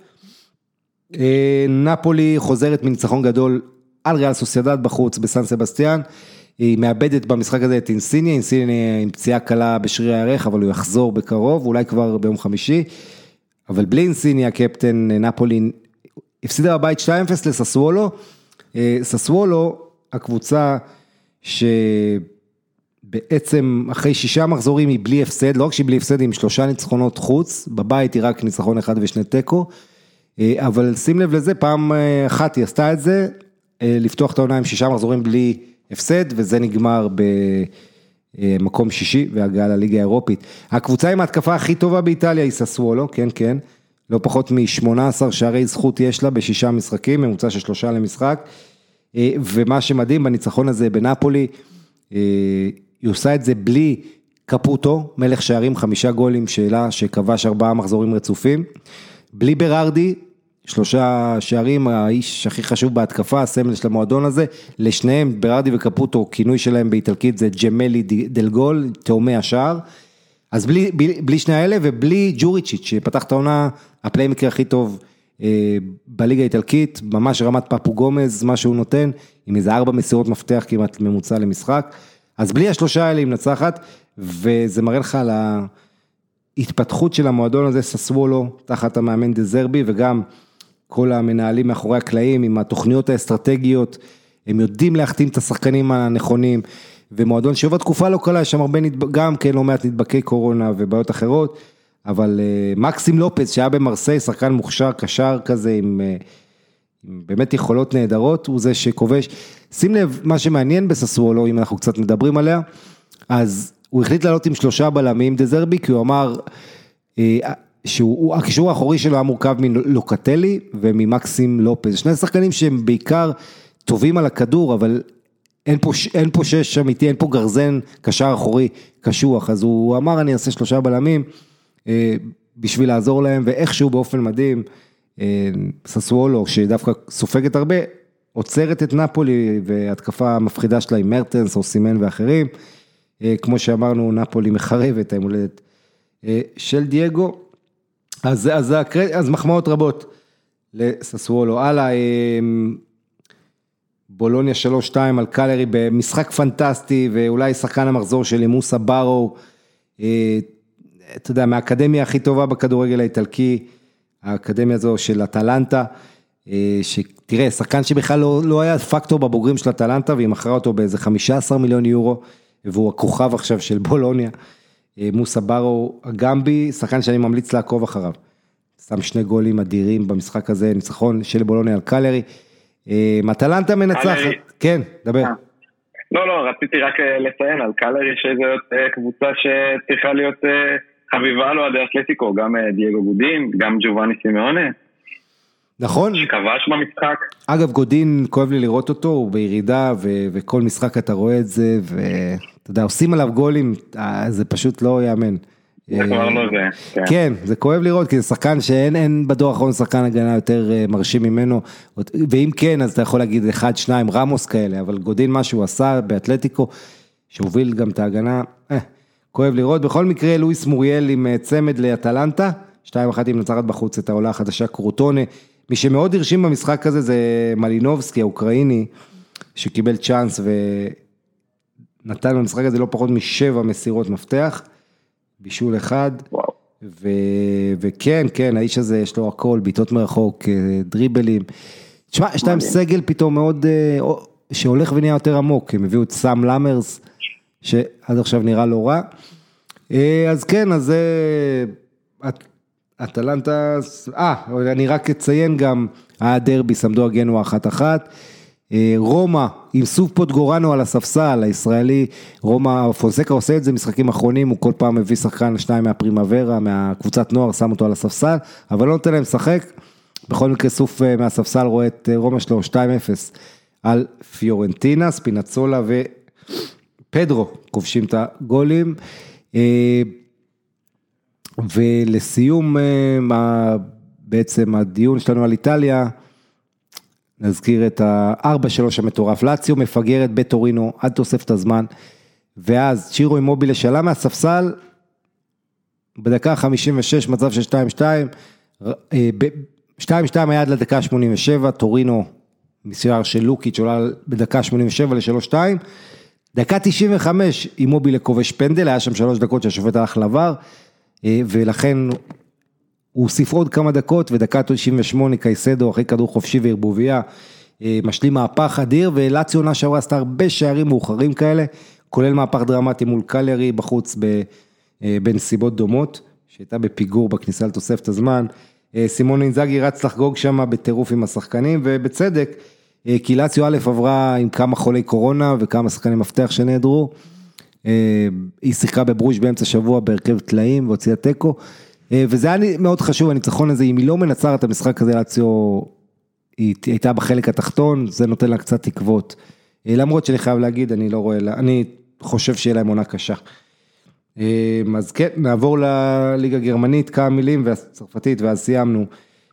נפולי חוזרת מניצחון גדול על ריאל סוסיידד בחוץ בסן סבסטיאן, היא מאבדת במשחק הזה את אינסיניה, אינסיניה עם פציעה קלה בשריר הירך, אבל הוא יחזור בקרוב, אולי כבר ביום חמישי, אבל בלי אינסיניה, קפטן נפולי הפסידה בבית 2-0 לססוולו, ססוולו, הקבוצה שבעצם אחרי 6 מחזורים היא בלי הפסד, לא רק שהיא בלי הפסד, היא עם 3 ניצחונות חוץ, בבית היא רק ניצחון 1 ו2 תיקו, אבל שים לב לזה, פעם אחת היא עשתה את זה, לפתוח את העונה עם 6 מחזורים בלי הפסד, וזה נגמר במקום 6 והגעה לליגה האירופית. הקבוצה עם ההתקפה הכי טובה באיטליה היא ססוולו, כן, לא פחות מ-18 שערי זכות יש לה ב6 משחקים, ממוצע של 3 למשחק, ומה שמדהים בניצחון הזה בנפולי, היא עושה את זה בלי קפוטו, מלך שערים 5 גולים שאלה שכבש 4 מחזורים רצופים, בלי ברארדי, 3 שערים, האיש הכי חשוב בהתקפה, הסמל של המועדון הזה, לשניהם, ברארדי וקפוטו, כינוי שלהם באיטלקית זה ג'מלי דל גול, תאומי השער, אז בלי שני האלה ובלי ג'וריצ'יץ' שפתח את העונה, הפליימקר הכי טוב בליגה האיטלקית, ממש רמת פפו גומז, מה שהוא נותן, עם איזה 4 מסירות מפתח כמעט ממוצע למשחק, אז בלי ה3 האלה היא מנצחת, וזה מראה לך על ההתפתחות של המועדון הזה, ססוולו, תחת המאמן דזרבי, וגם כל המנהלים מאחורי הקלעים, עם התוכניות האסטרטגיות, הם יודעים להחתים את השחקנים הנכונים, ומועדון שעובר תקופה לא קלה, יש שם הרבה, גם כן לא מעט נדבקי קורונה ובעיות אחרות, אבל מקסים לופס, שהיה במרסיי, שחקן מוכשר, קשר כזה, עם באמת יכולות נהדרות, הוא זה שכובש. שים לב, מה שמעניין בססוולו, אם אנחנו קצת מדברים עליה, אז הוא החליט לעלות עם 3 בלמים דזרבי, כי הוא אמר, הקישור האחורי שלו היה מורכב מלוקטלי וממקסים לופז, שני שחקנים שהם בעיקר טובים על הכדור, אבל אין פה שש אמיתי, אין פה גרזן קשר אחורי קשוח, אז הוא אמר אני אעשה 3 בלמים, בשביל לעזור להם, ואיכשהו באופן מדהים, ססוולו, שדווקא סופגת הרבה, עוצרת את נפולי, והתקפה המפחידה שלה עם מרטנס, או סימן ואחרים, כמו שאמרנו, נפולי מחרבת את ההולדת של דייגו, אז מחמאות רבות לססוולו, הלאה, בולוניה 3-2 על קלרי, במשחק פנטסטי, ואולי שחקן המחזור שלי, מוסה ברו, אתה יודע, מהאקדמיה הכי טובה בכדורגל האיטלקי, האקדמיה הזו של אטלנטה, שתראה, שחקן שבכלל לא היה פקטור בבוגרים של אטלנטה, והיא מכרה אותו באיזה 15 מיליון יורו, והוא הכוכב עכשיו של בולוניה, מוסה ברו הגמבי, שחקן שאני ממליץ לעקוב אחריו, שם 2 גולים אדירים במשחק הזה, ניצחון של בולוניה על קלרי, אטלנטה מנצחת, כן, דבר. לא, רציתי רק לציין על קלרי, שזאת קבוצה שצריכה להיות חביבה לו עד האתלטיקו, גם דייגו גודין, גם ג'ובאני סימאונה. נכון. שכבש במשחק. אגב, גודין, כואב לי לראות אותו, הוא בירידה, וכל משחק אתה רואה את זה, ואתה יודע, עושים עליו גולים, זה פשוט לא יאמן. זה כבר לא זה. כן, זה כואב לראות, כי זה שחקן שאין בדור האחרון שחקן הגנה יותר מרשים ממנו, ואם כן, אז אתה יכול להגיד 1-2 רמוס כאלה, אבל גודין מה שהוא עשה באתלטיקו, שהוביל גם את ההגנה, כואב לראות. בכל מקרה, לואיס מוריאל עם צמד לאטלנטה, 2-1 עם נצרת בחוץ את העולה החדשה קרוטונה, מי שמאוד הרשים במשחק הזה זה מלינובסקי, האוקראיני, שקיבל צ'אנס ונתן במשחק הזה לא פחות מ7 מסירות מפתח, בישול אחד, וכן, כן, האיש הזה יש לו הכל, ביטות מרחוק, דריבלים, תשמע, יש להם סגל פתאום מאוד, שהולך ונהיה יותר עמוק, הם הביאו את סאם למרס, שעד עכשיו נראה לא רע, אז כן, אז אטלנטה, אני רק אציין גם, הדרבי, סמדו הגנו 1-1, רומא, עם סוף פוטגורנו על הספסל, הישראלי, רומא, פונסקה עושה את זה משחקים אחרונים, הוא כל פעם מביא שחקן 2 מהפרימוורה, מהקבוצת נוער, שם אותו על הספסל, אבל לא נותן להם לשחק, בכל מקרה סוף מהספסל רואה את רומא שלו 2-0 על פיורנטינה, ספינצולה ופדרו, כובשים את הגולים, ולסיום בעצם הדיון שלנו על איטליה, נזכיר את ה-4-3 המטורף, לאציו מפגרת בטורינו עד תוספת הזמן, ואז צ'ירו אימובילה שעלה מהספסל, בדקה 56 מצב של 2-2, 2-2 היה עד לדקה 87, טורינו מסויר של לוקיץ' עולה בדקה 87 ל-3-2, דקה 95 אימובילה כובש פנדל, היה שם 3 דקות שהשופט הלך לעבר, ולכן הוא הוסיף עוד כמה דקות, ודקה 98 קייסדו, אחרי כדור חופשי וערבוביה, משלים מהפך אדיר, ולאציו עונה שעברה עשתה הרבה שערים מאוחרים כאלה, כולל מהפך דרמטי מול קלרי בחוץ בנסיבות דומות, שהייתה בפיגור בכניסה לתוספת הזמן, סימון אינזאגי רץ לחגוג שם בטירוף עם השחקנים, ובצדק, כי לאציו א' עברה עם כמה חולי קורונה, וכמה שחקנים מפתח שנעדרו, היא שיחקה בברוז' באמצע שבוע בהרכב טלאים, והוציאה טקו, וזה היה מאוד חשוב, הניצחון הזה, אם היא לא מנצחת את המשחק הזה, לאציו, היא הייתה בחלק התחתון, זה נותן לה קצת תקוות, למרות שאני חייב להגיד, אני לא רואה, אני חושב שיהיה להם עונה קשה. אז כן, נעבור לליגה הגרמנית, כמה מילים, והצרפתית, ואז סיימנו.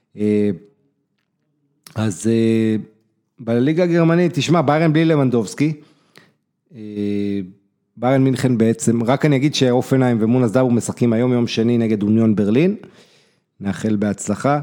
אז בליגה הגרמנית, תשמע, ביירן בלי לבנדובסקי, ביירן מינכן בעצם, רק אני אגיד שאופנהיים ומונס דאבור משחקים היום יום שני נגד אוניון ברלין, נאחל בהצלחה.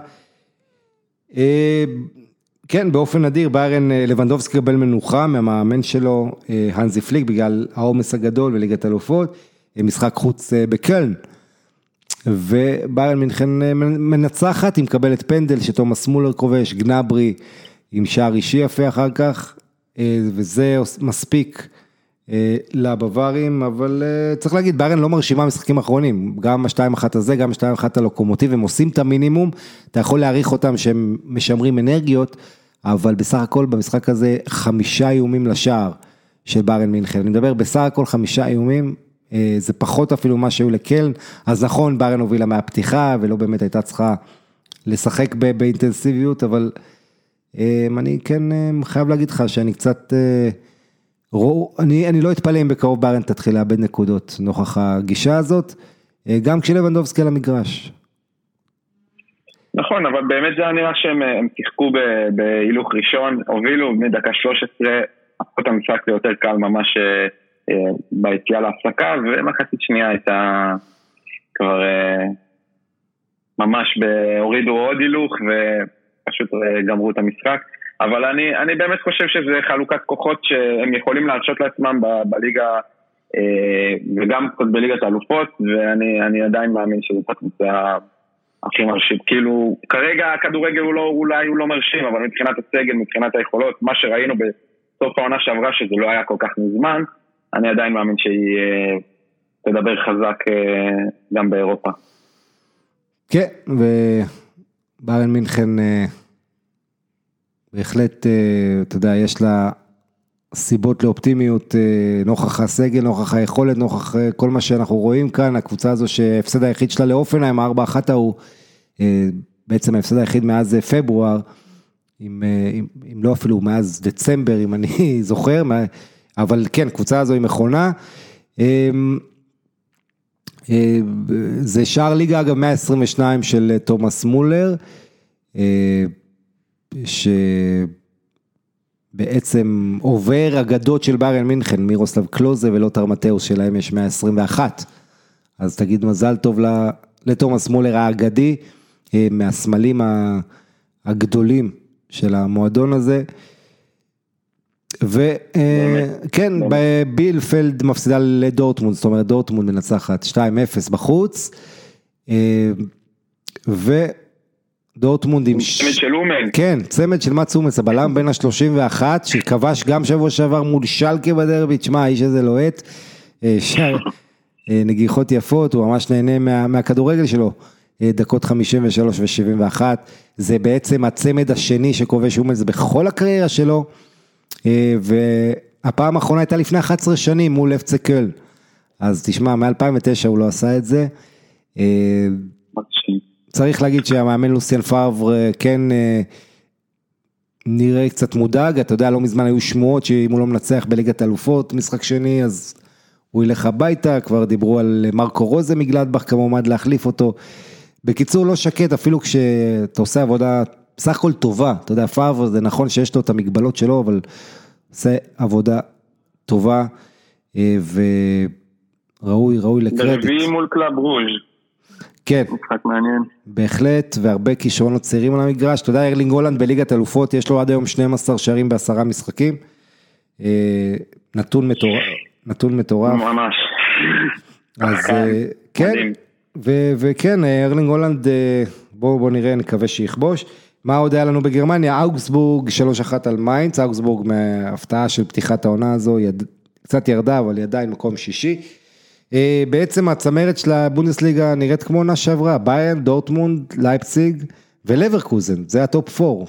כן, באופן נדיר, ביירן לבנדובסקי קבל מנוחה מהמאמן שלו, הנזי פליק, בגלל העומס הגדול וליגת אלופות, משחק חוץ בקלן, וביירן מינכן מנצחת, היא מקבלת פנדל שתומאס מולר כובש, גנברי עם שער אישי יפה אחר כך, וזה מספיק לבווארים, אבל צריך להגיד, ביירן לא מרשימה משחקים אחרונים, גם ה-2-1 הזה, גם ה-2-1 הלוקומוטיב, הם עושים את המינימום, אתה יכול להעריך אותם שהם משמרים אנרגיות, אבל בסך הכל במשחק הזה 5 איומים לשער של ביירן מינכן, אני מדבר בסך הכל 5 איומים, זה פחות אפילו מה שהיו לקלן, אז נכון, ביירן הובילה מהפתיחה, ולא באמת הייתה צריכה לשחק באינטנסיביות, אבל אני כן חייב להגיד לך שאני קצת, אני לא אתפלא אם בקרוב ביירן תתחיל לאבד נקודות נוכח הגישה הזאת, גם כשלבנדובסקי על המגרש. נכון, אבל באמת זה נראה שהם שיחקו בהילוך ראשון, הובילו מדקה 13, הפכו את המשחק ליותר קל ממש ביציאה להפסקה, ומחצית שנייה הייתה כבר ממש הורידו עוד הילוך ופשוט גמרו את המשחק, אבל אני באמת חושב שזה חלוקת כוחות שהם יכולים להרשות לעצמם בליגה, וגם קצת בליגת האלופות, ואני עדיין מאמין שזאת הקבוצה הכי מרשים. כאילו, כרגע הכדורגל אולי הוא לא מרשים, אבל מבחינת הסגל, מבחינת היכולות, מה שראינו בסוף העונה שעברה, שזה לא היה כל כך מזמן, אני עדיין מאמין שהיא תדבר חזק גם באירופה. כן, וביירן מינכן בהחלט, אתה יודע, יש לה סיבות לאופטימיות נוכח הסגל, נוכח היכולת, נוכח כל מה שאנחנו רואים כאן, הקבוצה הזו שהפסד היחיד שלה לאופנהיים, 4-1 הוא בעצם ההפסד היחיד מאז פברואר, אם לא אפילו מאז דצמבר, אם אני זוכר, אבל כן, קבוצה הזו היא מכונה, זה שער ליגה אגב 122 של תומאס מולר, שבעצם עובר אגדות של ביירן מינכן, מירוסלב קלוזה ולוטר מתאוס שלהם יש 121, אז תגיד מזל טוב לתומאס מולר האגדי, מהסמלים הגדולים של המועדון הזה, וכן, בילפלד מפסידה לדורטמונד, זאת אומרת דורטמונד מנצחת 2-0 בחוץ, ודורטמונד עם צמד של אומן. כן, צמד של מצ אומץ, הבלם בין ה-31, שכבש גם שבוע שעבר מול שלקה בדרבי, תשמע, האיש הזה לוהט, שר נגיחות יפות, הוא ממש נהנה מהכדורגל שלו, דקות 53 ו-71, זה בעצם הצמד השני שכובש אומץ בכל הקריירה שלו, והפעם האחרונה הייתה לפני 11 שנים מול אפצה קלן, אז תשמע, מ-2009 הוא לא עשה את זה, צריך להגיד שהמאמן לוסיאן פאבר כן נראה קצת מודאג, אתה יודע, לא מזמן היו שמועות שאם הוא לא מנצח בליגת אלופות משחק שני, אז הוא ילך הביתה, כבר דיברו על מרקו רוזה מגלדבך כמועמד להחליף אותו, בקיצור לא שקט, אפילו כשאתה עושה עבודה בסך הכל טובה, אתה יודע, פאבר זה נכון שיש לו את המגבלות שלו, אבל עושה עבודה טובה, וראוי לקרדיט. דרבי מול קלאב רוז'. כן. משחק מעניין. בהחלט, והרבה כישרונות צעירים על המגרש, אתה יודע, ארלינג הולנד בליגת אלופות, יש לו עד היום 12 שערים ב10 משחקים, נתון מטורף. ממש. אז כן, וכן, ארלינג הולנד, בואו נראה, נקווה שיכבוש. מה עוד היה לנו בגרמניה? אוגסבורג 3-1 על מיינץ, אוגסבורג מההפתעה של פתיחת העונה הזו, קצת ירדה, אבל היא עדיין מקום שישי. בעצם הצמרת של הבונדסליגה נראית כמו עונה שעברה, ביירן, דורטמונד, לייפציג ולברקוזן, זה הטופ 4,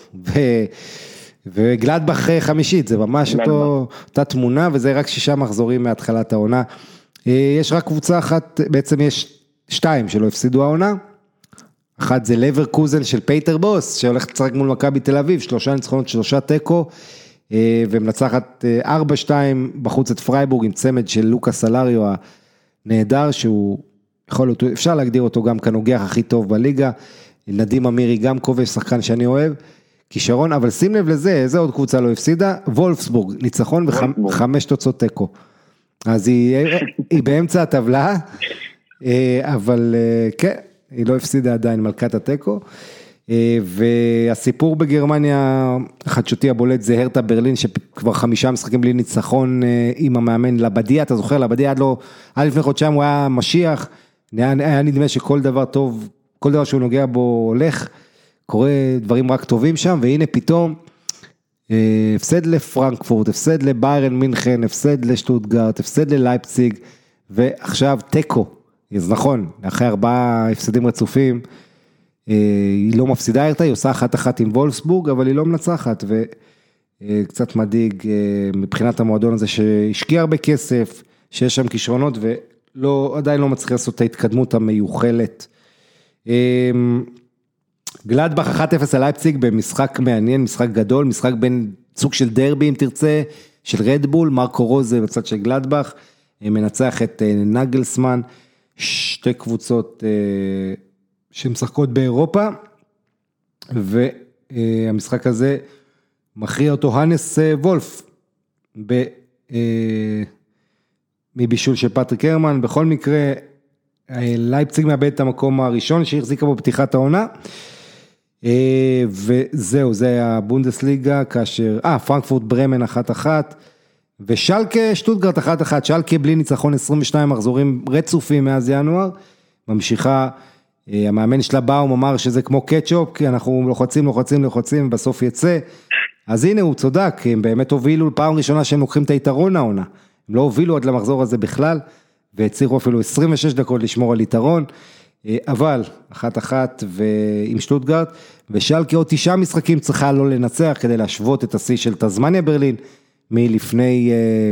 וגלדבך חמישית, זה ממש אותה תמונה, וזה רק 6 מחזורים מהתחלת העונה. יש רק קבוצה אחת, בעצם יש 2 שלא הפסידו העונה, אחת זה לברקוזן של פייטר בוס, שהולך לצחק מול מכבי תל אביב, 3 ניצחונות, 3 תיקו, ומנצחת 4-2 בחוץ את פרייבורג, עם צמד של לוקה סלריו הנהדר, שהוא יכול להיות, אפשר להגדיר אותו גם כנוגח הכי טוב בליגה, נדים אמירי גם כובש, שחקן שאני אוהב, כישרון, אבל שים לב לזה, איזה עוד קבוצה לא הפסידה, וולפסבורג, ניצחון ו5 תוצאות תיקו, אז היא באמצע הטבלה, אבל כן, היא לא הפסידה עדיין מלכת התיקו, והסיפור בגרמניה, החדשותי הבולט זה הרטה ברלין, שכבר 5 משחקים בלי ניצחון עם המאמן לבדיה, אתה זוכר, לבדיה עד לפני חודשיים הוא היה משיח, היה נדמה שכל דבר טוב, כל דבר שהוא נוגע בו הולך, קורה דברים רק טובים שם, והנה פתאום, הפסד לפרנקפורט, הפסד לביירן מינכן, הפסד לשטוטגרט, הפסד ללייפציג, ועכשיו תיקו, אז נכון, אחרי 4 הפסדים רצופים, היא לא מפסידה הרטה, היא עושה 1-1 עם וולפסבורג, אבל היא לא מנצחת, וקצת מדאיג מבחינת המועדון הזה, שהשקיע הרבה כסף, שיש שם כישרונות, עדיין לא מצליח לעשות את ההתקדמות המיוחלת. גלדבך 1-0 על לייפציג במשחק מעניין, משחק גדול, משחק בין סוג של דרבי אם תרצה, של רדבול, מרקו רוזה בצד של גלדבך, מנצח את נגלסמן, שתי קבוצות שמשחקות באירופה, והמשחק הזה מכריע אותו הנס וולף, מבישול של פטריק הרמן. בכל מקרה, לייפציג מאבד את המקום הראשון שהחזיקה בו פתיחת העונה, וזהו, זה הבונדסליגה, כאשר, פרנקפורט ברמן 1-1, ושלקה שטוטגרט 1-1, שלקה בלי ניצחון 22 מחזורים רצופים מאז ינואר, ממשיכה, המאמן שלה באום אמר שזה כמו קטשופ, כי אנחנו לוחצים, ובסוף יצא, אז הנה הוא צודק, הם באמת הובילו פעם ראשונה שהם לוקחים את היתרון העונה, הם לא הובילו עד למחזור הזה בכלל, והצליחו אפילו 26 דקות לשמור על יתרון, אבל 1-1 ועם שטוטגרט, ושלקה עוד 9 משחקים צריכה לא לנצח, כדי להשוות את השיא של תזמניה ברלין, מלפני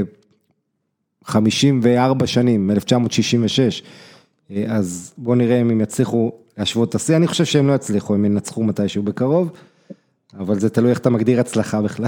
54 שנים, 1966, אז בואו נראה אם הם יצליחו להשוות את השיא, אני חושב שהם לא יצליחו, הם ינצחו מתישהו בקרוב, אבל זה תלוי איך אתה מגדיר הצלחה בכלל.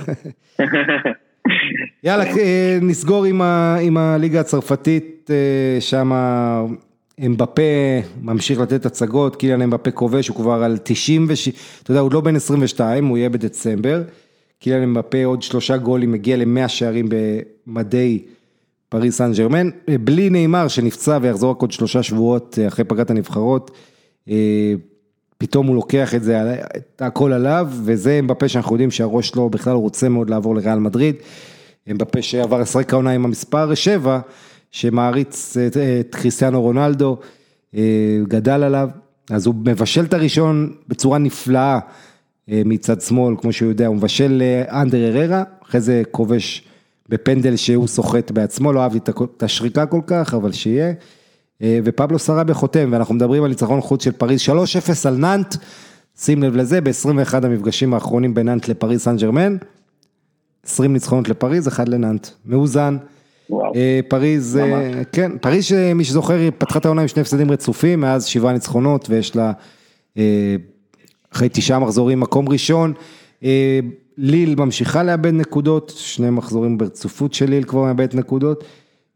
יאללה, נסגור עם הליגה הצרפתית, שם אמבפה ממשיך לתת הצגות, קיליאן אמבפה כובש, הוא כבר על 90, אתה יודע, הוא לא בין 22, הוא יהיה בדצמבר, קיליאן אמבפה עוד 3 גולים, מגיע ל100 שערים במדי פריס סן ז'רמן, בלי ניימר שנפצע ויחזור רק עוד 3 שבועות אחרי פגרת הנבחרות, פתאום הוא לוקח את זה, את הכל עליו, וזה אמבפה שאנחנו יודעים שהראש שלו בכלל רוצה מאוד לעבור לריאל מדריד, אמבפה שעבר 10 העונה עם המספר 7, שמעריץ את קריסטיאנו רונלדו, גדל עליו, אז הוא מבשל את הראשון בצורה נפלאה מצד שמאל, כמו שהוא יודע, הוא מבשל אנדר הררה, אחרי זה כובש בפנדל שהוא סוחט בעצמו, לא אהב את השריקה כל כך, אבל שיהיה, ופבלו סראביה חותם, ואנחנו מדברים על ניצחון חוץ של פריז 3-0 על נאנט, שים לב לזה, ב-21 המפגשים האחרונים בין נאנט לפריז סן ז'רמן, 20 ניצחונות לפריז, 1 לנאנט, מאוזן, פריז, כן, פריז שמי שזוכר היא פתחה את העונה עם 2 הפסדים רצופים, מאז 7 ניצחונות, ויש לה אחרי 9 מחזורים מקום ראשון, ליל ממשיכה לאבד נקודות, 2 מחזורים ברצופות של ליל כבר מאבד נקודות,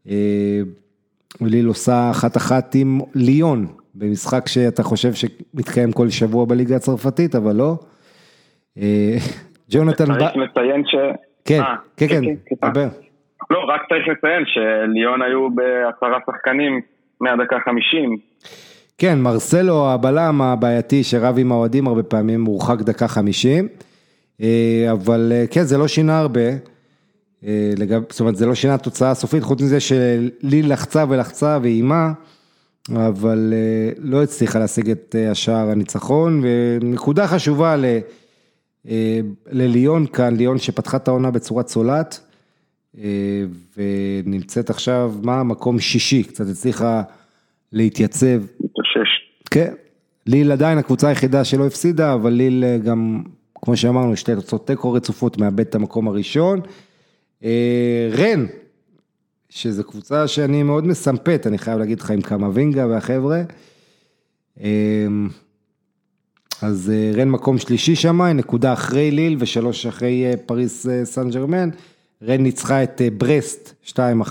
ליל עושה 1-1 עם ליון, במשחק שאתה חושב שמתקיים כל שבוע בליגה הצרפתית, אבל לא. ג'ונתן צריך לציין כן, דבר. לא, רק צריך לציין שליון היו ב10 שחקנים מהדקה 50. כן, מרסלו הבלם הבעייתי שרב עם האוהדים הרבה פעמים, מורחק דקה 50, אבל כן, זה לא שינה הרבה, זאת אומרת, זה לא שינה תוצאה סופית, חוץ מזה שלי לחצה ולחצה ואימה, אבל לא הצליחה להשיג את השער הניצחון, ונקודה חשובה לליון כאן, ליון שפתחה את העונה בצורה צולת, ונמצאת עכשיו, מקום 6, קצת הצליחה להתייצב. כן, ליל עדיין הקבוצה היחידה שלא הפסידה, אבל ליל גם, כמו שאמרנו, 2 תוצאות תיקו רצופות, מאבד את המקום הראשון. רן, שזו קבוצה שאני מאוד מסמפת, אני חייב להגיד לך עם כמה וינגה והחבר'ה, אז רן מקום 3 שם, נקודה אחרי ליל ו3 אחרי פריס סן ז'רמן, רן ניצחה את ברסט 2-1,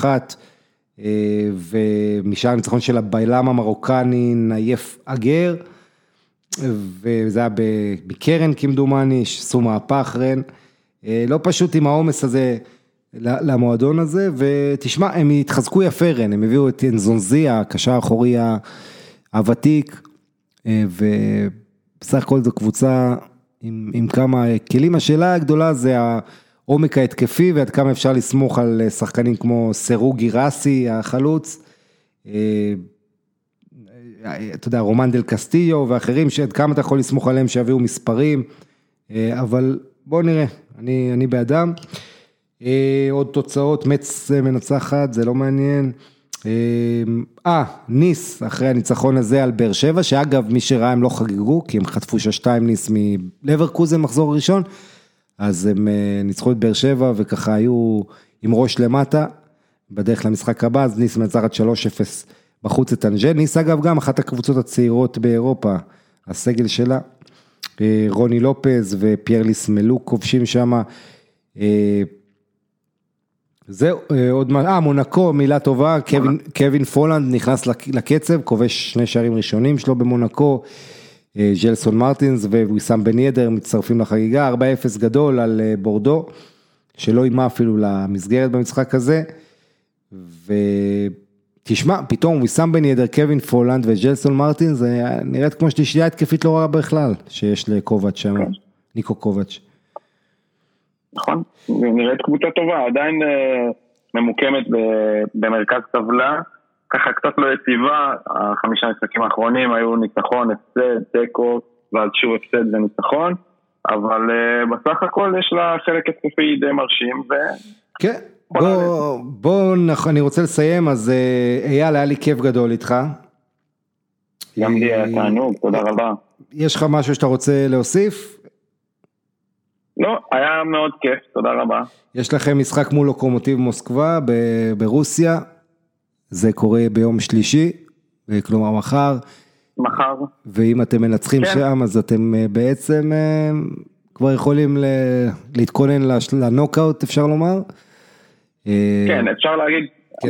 ומשאר הניצחון של הבילם המרוקני נייף אגר, וזה היה בקרן כמדומני, שעשו מהפך רן, לא פשוט עם העומס הזה למועדון הזה, ותשמע, הם התחזקו יפה רן, הם הביאו את אנזונזי, הקשר האחורי הוותיק, ובסך הכל זו קבוצה עם כמה כלים, השאלה הגדולה זה העומק ההתקפי, ועד כמה אפשר לסמוך על שחקנים כמו סרו גירסי, החלוץ, אתה יודע, רומן דל קסטיו ואחרים, שעד כמה אתה יכול לסמוך עליהם שיביאו מספרים, אבל בוא נראה, אני באדם. עוד תוצאות, מצ מנצחת, זה לא מעניין. ניס, אחרי הניצחון הזה על באר שבע, שאגב מי שראה הם לא חגגו, כי הם חטפו 6-2 ניס מלברקוזן מחזור ראשון, אז הם ניצחו את באר שבע וככה היו עם ראש למטה, בדרך למשחק הבא, אז ניס מנצחת 3-0 בחוץ את אנג'ל, ניס אגב גם אחת הקבוצות הצעירות באירופה, הסגל שלה, רוני לופז ופיירליס מלוק כובשים שם, זהו, עוד מה, מונקו, מילה טובה, קווין פולנד נכנס לקצב, כובש 2 שערים ראשונים שלו במונקו, ג'לסון מרטינס וויסם בן ידר מצטרפים לחגיגה, 4-0 גדול על בורדו, שלא אימה אפילו למסגרת במשחק הזה, ותשמע, פתאום ויסם בן ידר, קווין פולנד וג'לסון מרטינס, זה נראית כמו שלישייה התקפית לא רעה בכלל, שיש לקובץ' שם, ניקו קובץ'. נכון, נראית קבוצה טובה, עדיין ממוקמת במרכז טבלה, ככה קצת לא יציבה, 5 משחקים האחרונים היו ניצחון, הפסד, תיקו, ואז שוב הפסד וניצחון, אבל בסך הכל יש לה חלק התקפי די מרשים. כן, בוא, אני רוצה לסיים, אז אייל, היה לי כיף גדול איתך. גם לי היה תענוג, תודה רבה. יש לך משהו שאתה רוצה להוסיף? לא, היה מאוד כיף, תודה רבה. יש לכם משחק מול לוקומוטיב מוסקבה ברוסיה, זה קורה ביום שלישי, כלומר מחר. מחר. ואם אתם מנצחים שם, אז אתם בעצם כבר יכולים להתכונן לנוקאוט, אפשר לומר? כן, אפשר להגיד,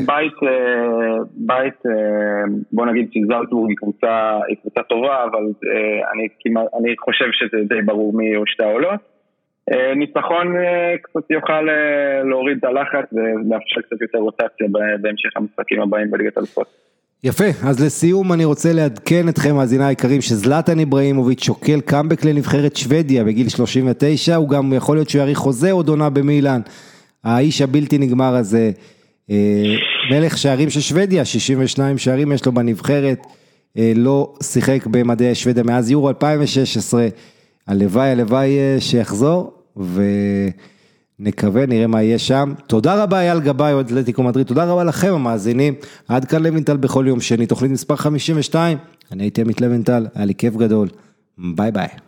בית, בוא נגיד שזלצבורג היא קבוצה טובה, אבל אני חושב שזה די ברור מי או שתי העולות. ניצחון קצת יוכל להוריד את הלחץ ולאפשר קצת יותר רוטציה בהמשך המשחקים הבאים בליגת האלופות. יפה, אז לסיום אני רוצה לעדכן אתכם מאזיני היקרים שזלאטן איברהימוביץ' שוקל קאמבק לנבחרת שוודיה בגיל 39, הוא גם יכול להיות שהוא יאריך חוזה עוד עונה במילאן, האיש הבלתי נגמר הזה, מלך שערים של שוודיה, 62 שערים יש לו בנבחרת, לא שיחק במדעי שוודיה מאז יורו 2016, הלוואי שיחזור, ונקווה, נראה מה יהיה שם. תודה רבה אייל גבאי, אוהד אתלטיקו מדריד, תודה רבה לכם המאזינים, עד כאן לוינטל בכל יום שני, תוכנית מספר 52, אני הייתי עמית לוינטל, היה לי כיף גדול, ביי ביי.